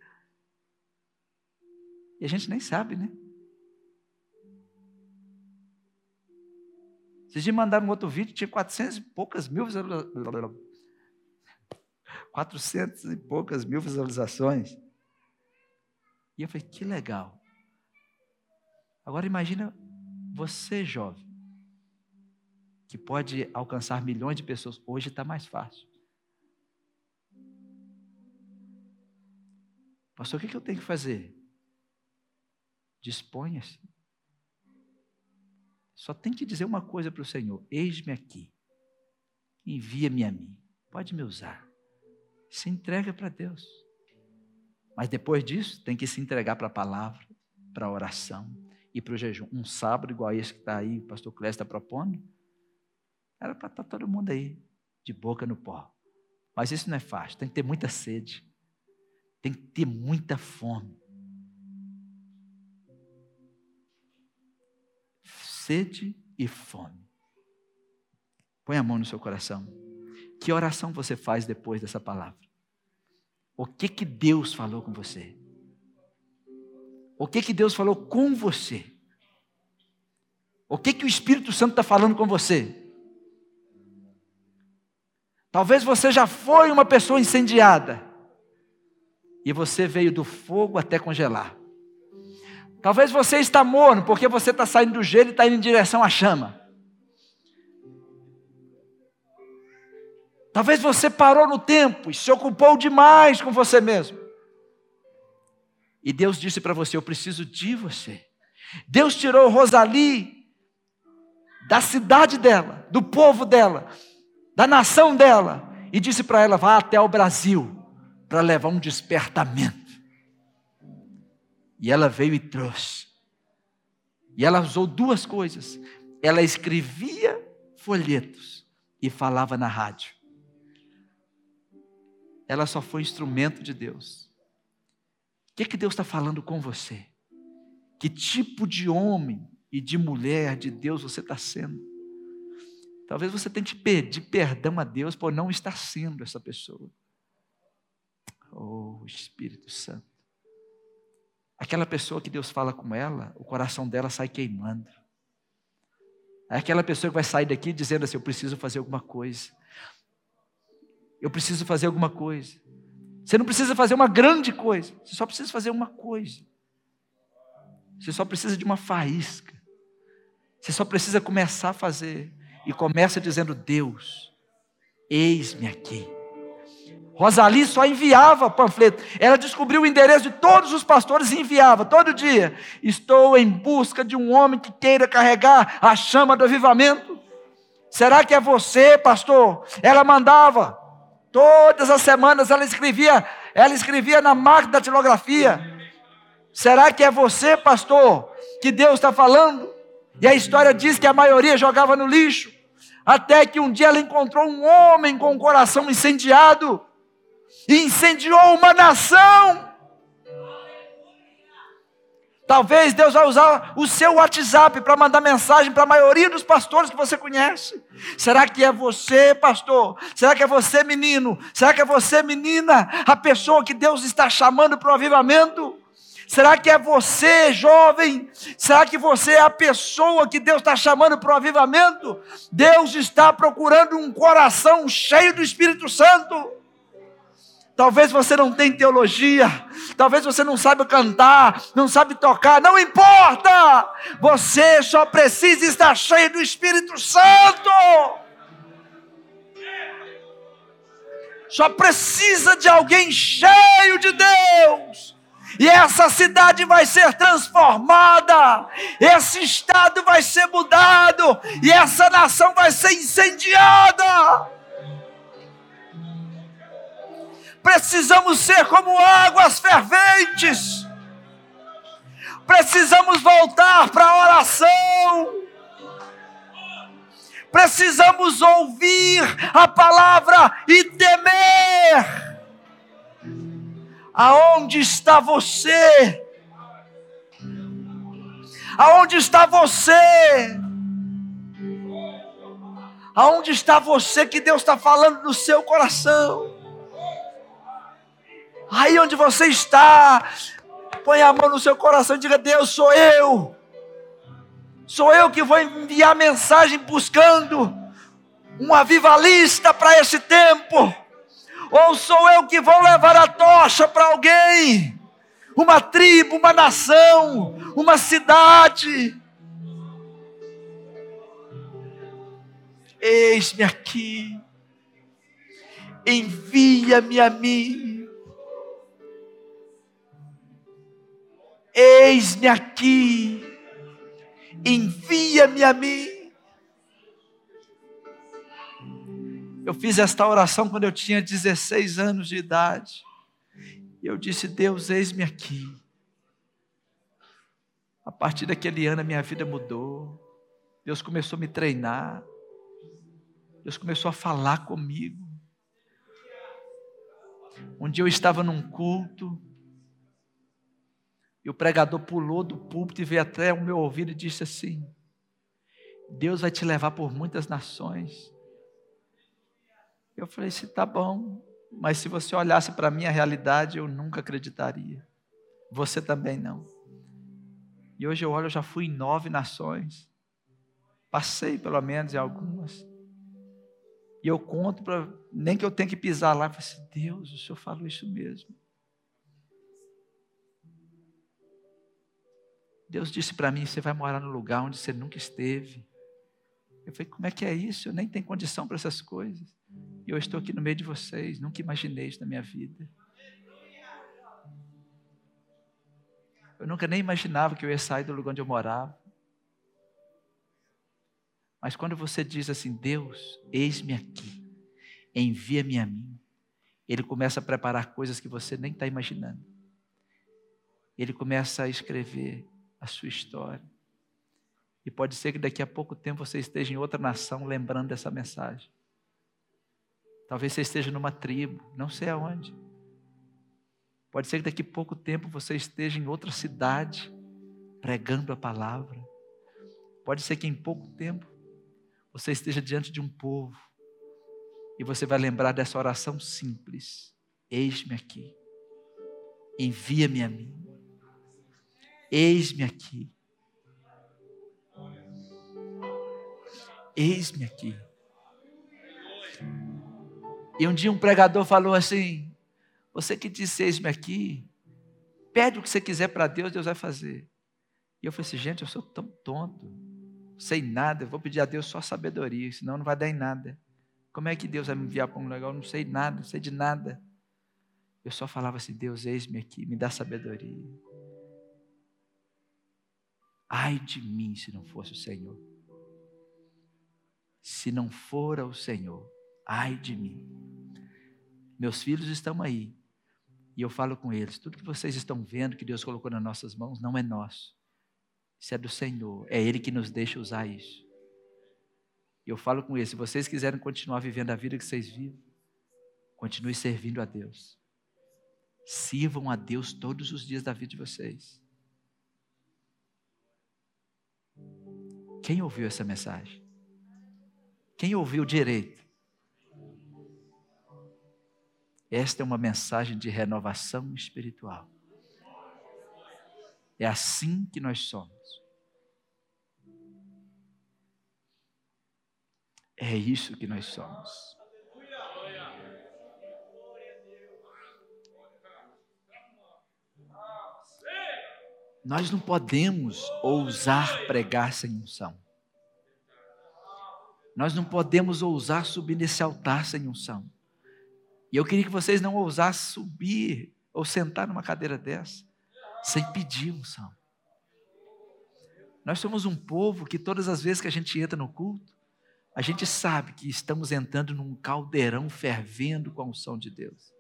E a gente nem sabe, né? Esses dias mandaram um outro vídeo, tinha 400 e poucas mil visualizações. 400 e poucas mil visualizações. E eu falei, que legal. Agora imagina você, jovem, que pode alcançar milhões de pessoas. Hoje está mais fácil. Pastor, o que eu tenho que fazer? Disponha-se. Só tem que dizer uma coisa para o Senhor: eis-me aqui, envia-me a mim, pode me usar. Se entrega para Deus. Mas depois disso, tem que se entregar para a palavra, para a oração e para o jejum. Um sábado igual esse que está aí, o pastor Clécio está propondo, era para estar todo mundo aí, de boca no pó. Mas isso não é fácil, tem que ter muita sede, tem que ter muita fome. Sede e fome. Põe a mão no seu coração. Que oração você faz depois dessa palavra? O que Deus falou com você? O que Deus falou com você? O que o Espírito Santo está falando com você? Talvez você já foi uma pessoa incendiada e você veio do fogo até congelar. Talvez você está morno porque você está saindo do gelo e está indo em direção à chama. Talvez você parou no tempo e se ocupou demais com você mesmo. E Deus disse para você, eu preciso de você. Deus tirou Rosali da cidade dela, do povo dela, da nação dela, e disse para ela, vá até o Brasil para levar um despertamento. E ela veio e trouxe. E ela usou duas coisas. Ela escrevia folhetos e falava na rádio. Ela só foi instrumento de Deus. O que Deus está falando com você? Que tipo de homem e de mulher de Deus você está sendo? Talvez você tenha que pedir perdão a Deus por não estar sendo essa pessoa. Oh, Espírito Santo. Aquela pessoa que Deus fala com ela, o coração dela sai queimando. É aquela pessoa que vai sair daqui dizendo assim, eu preciso fazer alguma coisa. Eu preciso fazer alguma coisa. Você não precisa fazer uma grande coisa. Você só precisa fazer uma coisa. Você só precisa de uma faísca. Você só precisa começar a fazer. E começa dizendo, Deus, eis-me aqui. Rosali só enviava panfleto. Ela descobriu o endereço de todos os pastores e enviava todo dia. Estou em busca de um homem que queira carregar a chama do avivamento. Será que é você, pastor? Ela mandava. Todas as semanas ela escrevia na máquina da datilografia. Será que é você, pastor, que Deus está falando? E a história diz que a maioria jogava no lixo. Até que um dia ela encontrou um homem com o coração incendiado. E incendiou uma nação. Talvez Deus vai usar o seu WhatsApp para mandar mensagem para a maioria dos pastores que você conhece. Será que é você, pastor? Será que é você, menino? Será que é você, menina? A pessoa que Deus está chamando para o avivamento? Será que é você, jovem? Será que você é a pessoa que Deus está chamando para o avivamento? Deus está procurando um coração cheio do Espírito Santo. Talvez você não tenha teologia, talvez você não saiba cantar, não sabe tocar, não importa! Você só precisa estar cheio do Espírito Santo! Só precisa de alguém cheio de Deus! E essa cidade vai ser transformada, esse estado vai ser mudado, e essa nação vai ser incendiada! Precisamos ser como águas ferventes. Precisamos voltar para a oração. Precisamos ouvir a palavra e temer. Aonde está você? Aonde está você? Aonde está você que Deus está falando no seu coração? Aí onde você está, põe a mão no seu coração e diga: Deus, sou eu. Sou eu que vou enviar mensagem buscando um avivalista para esse tempo. Ou sou eu que vou levar a tocha para alguém, uma tribo, uma nação, uma cidade. Eis-me aqui, envia-me a mim. Eis-me aqui, envia-me a mim. Eu fiz esta oração quando eu tinha 16 anos de idade. E eu disse: Deus, eis-me aqui. A partir daquele ano a minha vida mudou. Deus começou a me treinar. Deus começou a falar comigo. Um dia eu estava num culto, e o pregador pulou do púlpito e veio até o meu ouvido e disse assim: Deus vai te levar por muitas nações. Eu falei assim: tá bom, mas se você olhasse para a minha realidade, eu nunca acreditaria. Você também não. E hoje eu olho, eu já fui em 9 nações. Passei pelo menos em algumas. E eu conto, nem que eu tenha que pisar lá, eu falei assim: Deus, o Senhor falou isso mesmo. Deus disse para mim: você vai morar no lugar onde você nunca esteve. Eu falei: como é que é isso? Eu nem tenho condição para essas coisas. E eu estou aqui no meio de vocês. Nunca imaginei isso na minha vida. Eu nunca nem imaginava que eu ia sair do lugar onde eu morava. Mas quando você diz assim: Deus, eis-me aqui, envia-me a mim, Ele começa a preparar coisas que você nem está imaginando. Ele começa a escrever a sua história. E pode ser que daqui a pouco tempo você esteja em outra nação lembrando dessa mensagem. Talvez você esteja numa tribo, não sei aonde. Pode ser que daqui a pouco tempo você esteja em outra cidade pregando a palavra. Pode ser que em pouco tempo você esteja diante de um povo e você vai lembrar dessa oração simples: eis-me aqui, envia-me a mim. Eis-me aqui. Eis-me aqui. E um dia um pregador falou assim: você que disse eis-me aqui, pede o que você quiser para Deus, Deus vai fazer. E eu falei assim: gente, eu sou tão tonto, não sei nada, eu vou pedir a Deus só sabedoria, senão não vai dar em nada. Como é que Deus vai me enviar para um lugar? Eu não sei nada, não sei de nada. Eu só falava assim: Deus, eis-me aqui, me dá sabedoria. Ai de mim se não fosse o Senhor. Se não for o Senhor, ai de mim. Meus filhos estão aí. E eu falo com eles: tudo que vocês estão vendo que Deus colocou nas nossas mãos não é nosso. Isso é do Senhor. É Ele que nos deixa usar isso. E eu falo com eles: se vocês quiserem continuar vivendo a vida que vocês vivem, continue servindo a Deus. Sirvam a Deus todos os dias da vida de vocês. Quem ouviu essa mensagem? Quem ouviu direito? Esta é uma mensagem de renovação espiritual. É assim que nós somos. É isso que nós somos. Nós não podemos ousar pregar sem unção. Nós não podemos ousar subir nesse altar sem unção. E eu queria que vocês não ousassem subir ou sentar numa cadeira dessa sem pedir unção. Nós somos um povo que todas as vezes que a gente entra no culto, a gente sabe que estamos entrando num caldeirão fervendo com a unção de Deus.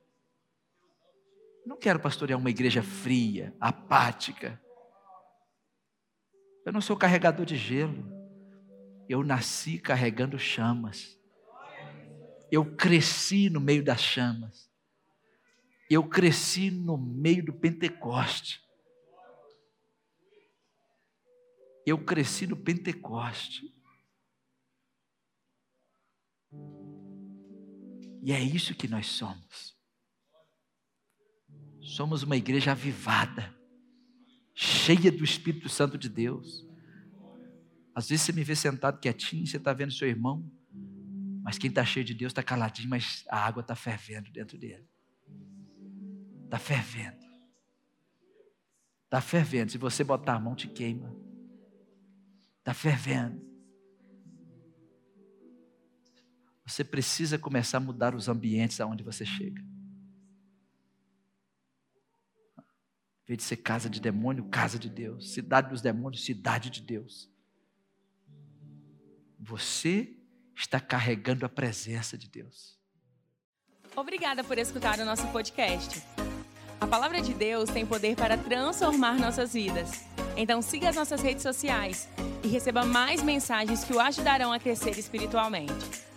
Não quero pastorear uma igreja fria, apática. Eu não sou carregador de gelo. Eu nasci carregando chamas. Eu cresci no meio das chamas. Eu cresci no meio do Pentecoste. Eu cresci no Pentecoste. E é isso que nós somos. Somos uma igreja avivada, cheia do Espírito Santo de Deus. Às vezes você me vê sentado quietinho, você está vendo seu irmão, mas quem está cheio de Deus está caladinho, mas a água está fervendo dentro dele. Está fervendo. Está fervendo. Se você botar a mão, te queima. Está fervendo. Você precisa começar a mudar os ambientes aonde você chega. Em vez de ser casa de demônio, casa de Deus. Cidade dos demônios, cidade de Deus. Você está carregando a presença de Deus. Obrigada por escutar o nosso podcast. A palavra de Deus tem poder para transformar nossas vidas. Então siga as nossas redes sociais e receba mais mensagens que o ajudarão a crescer espiritualmente.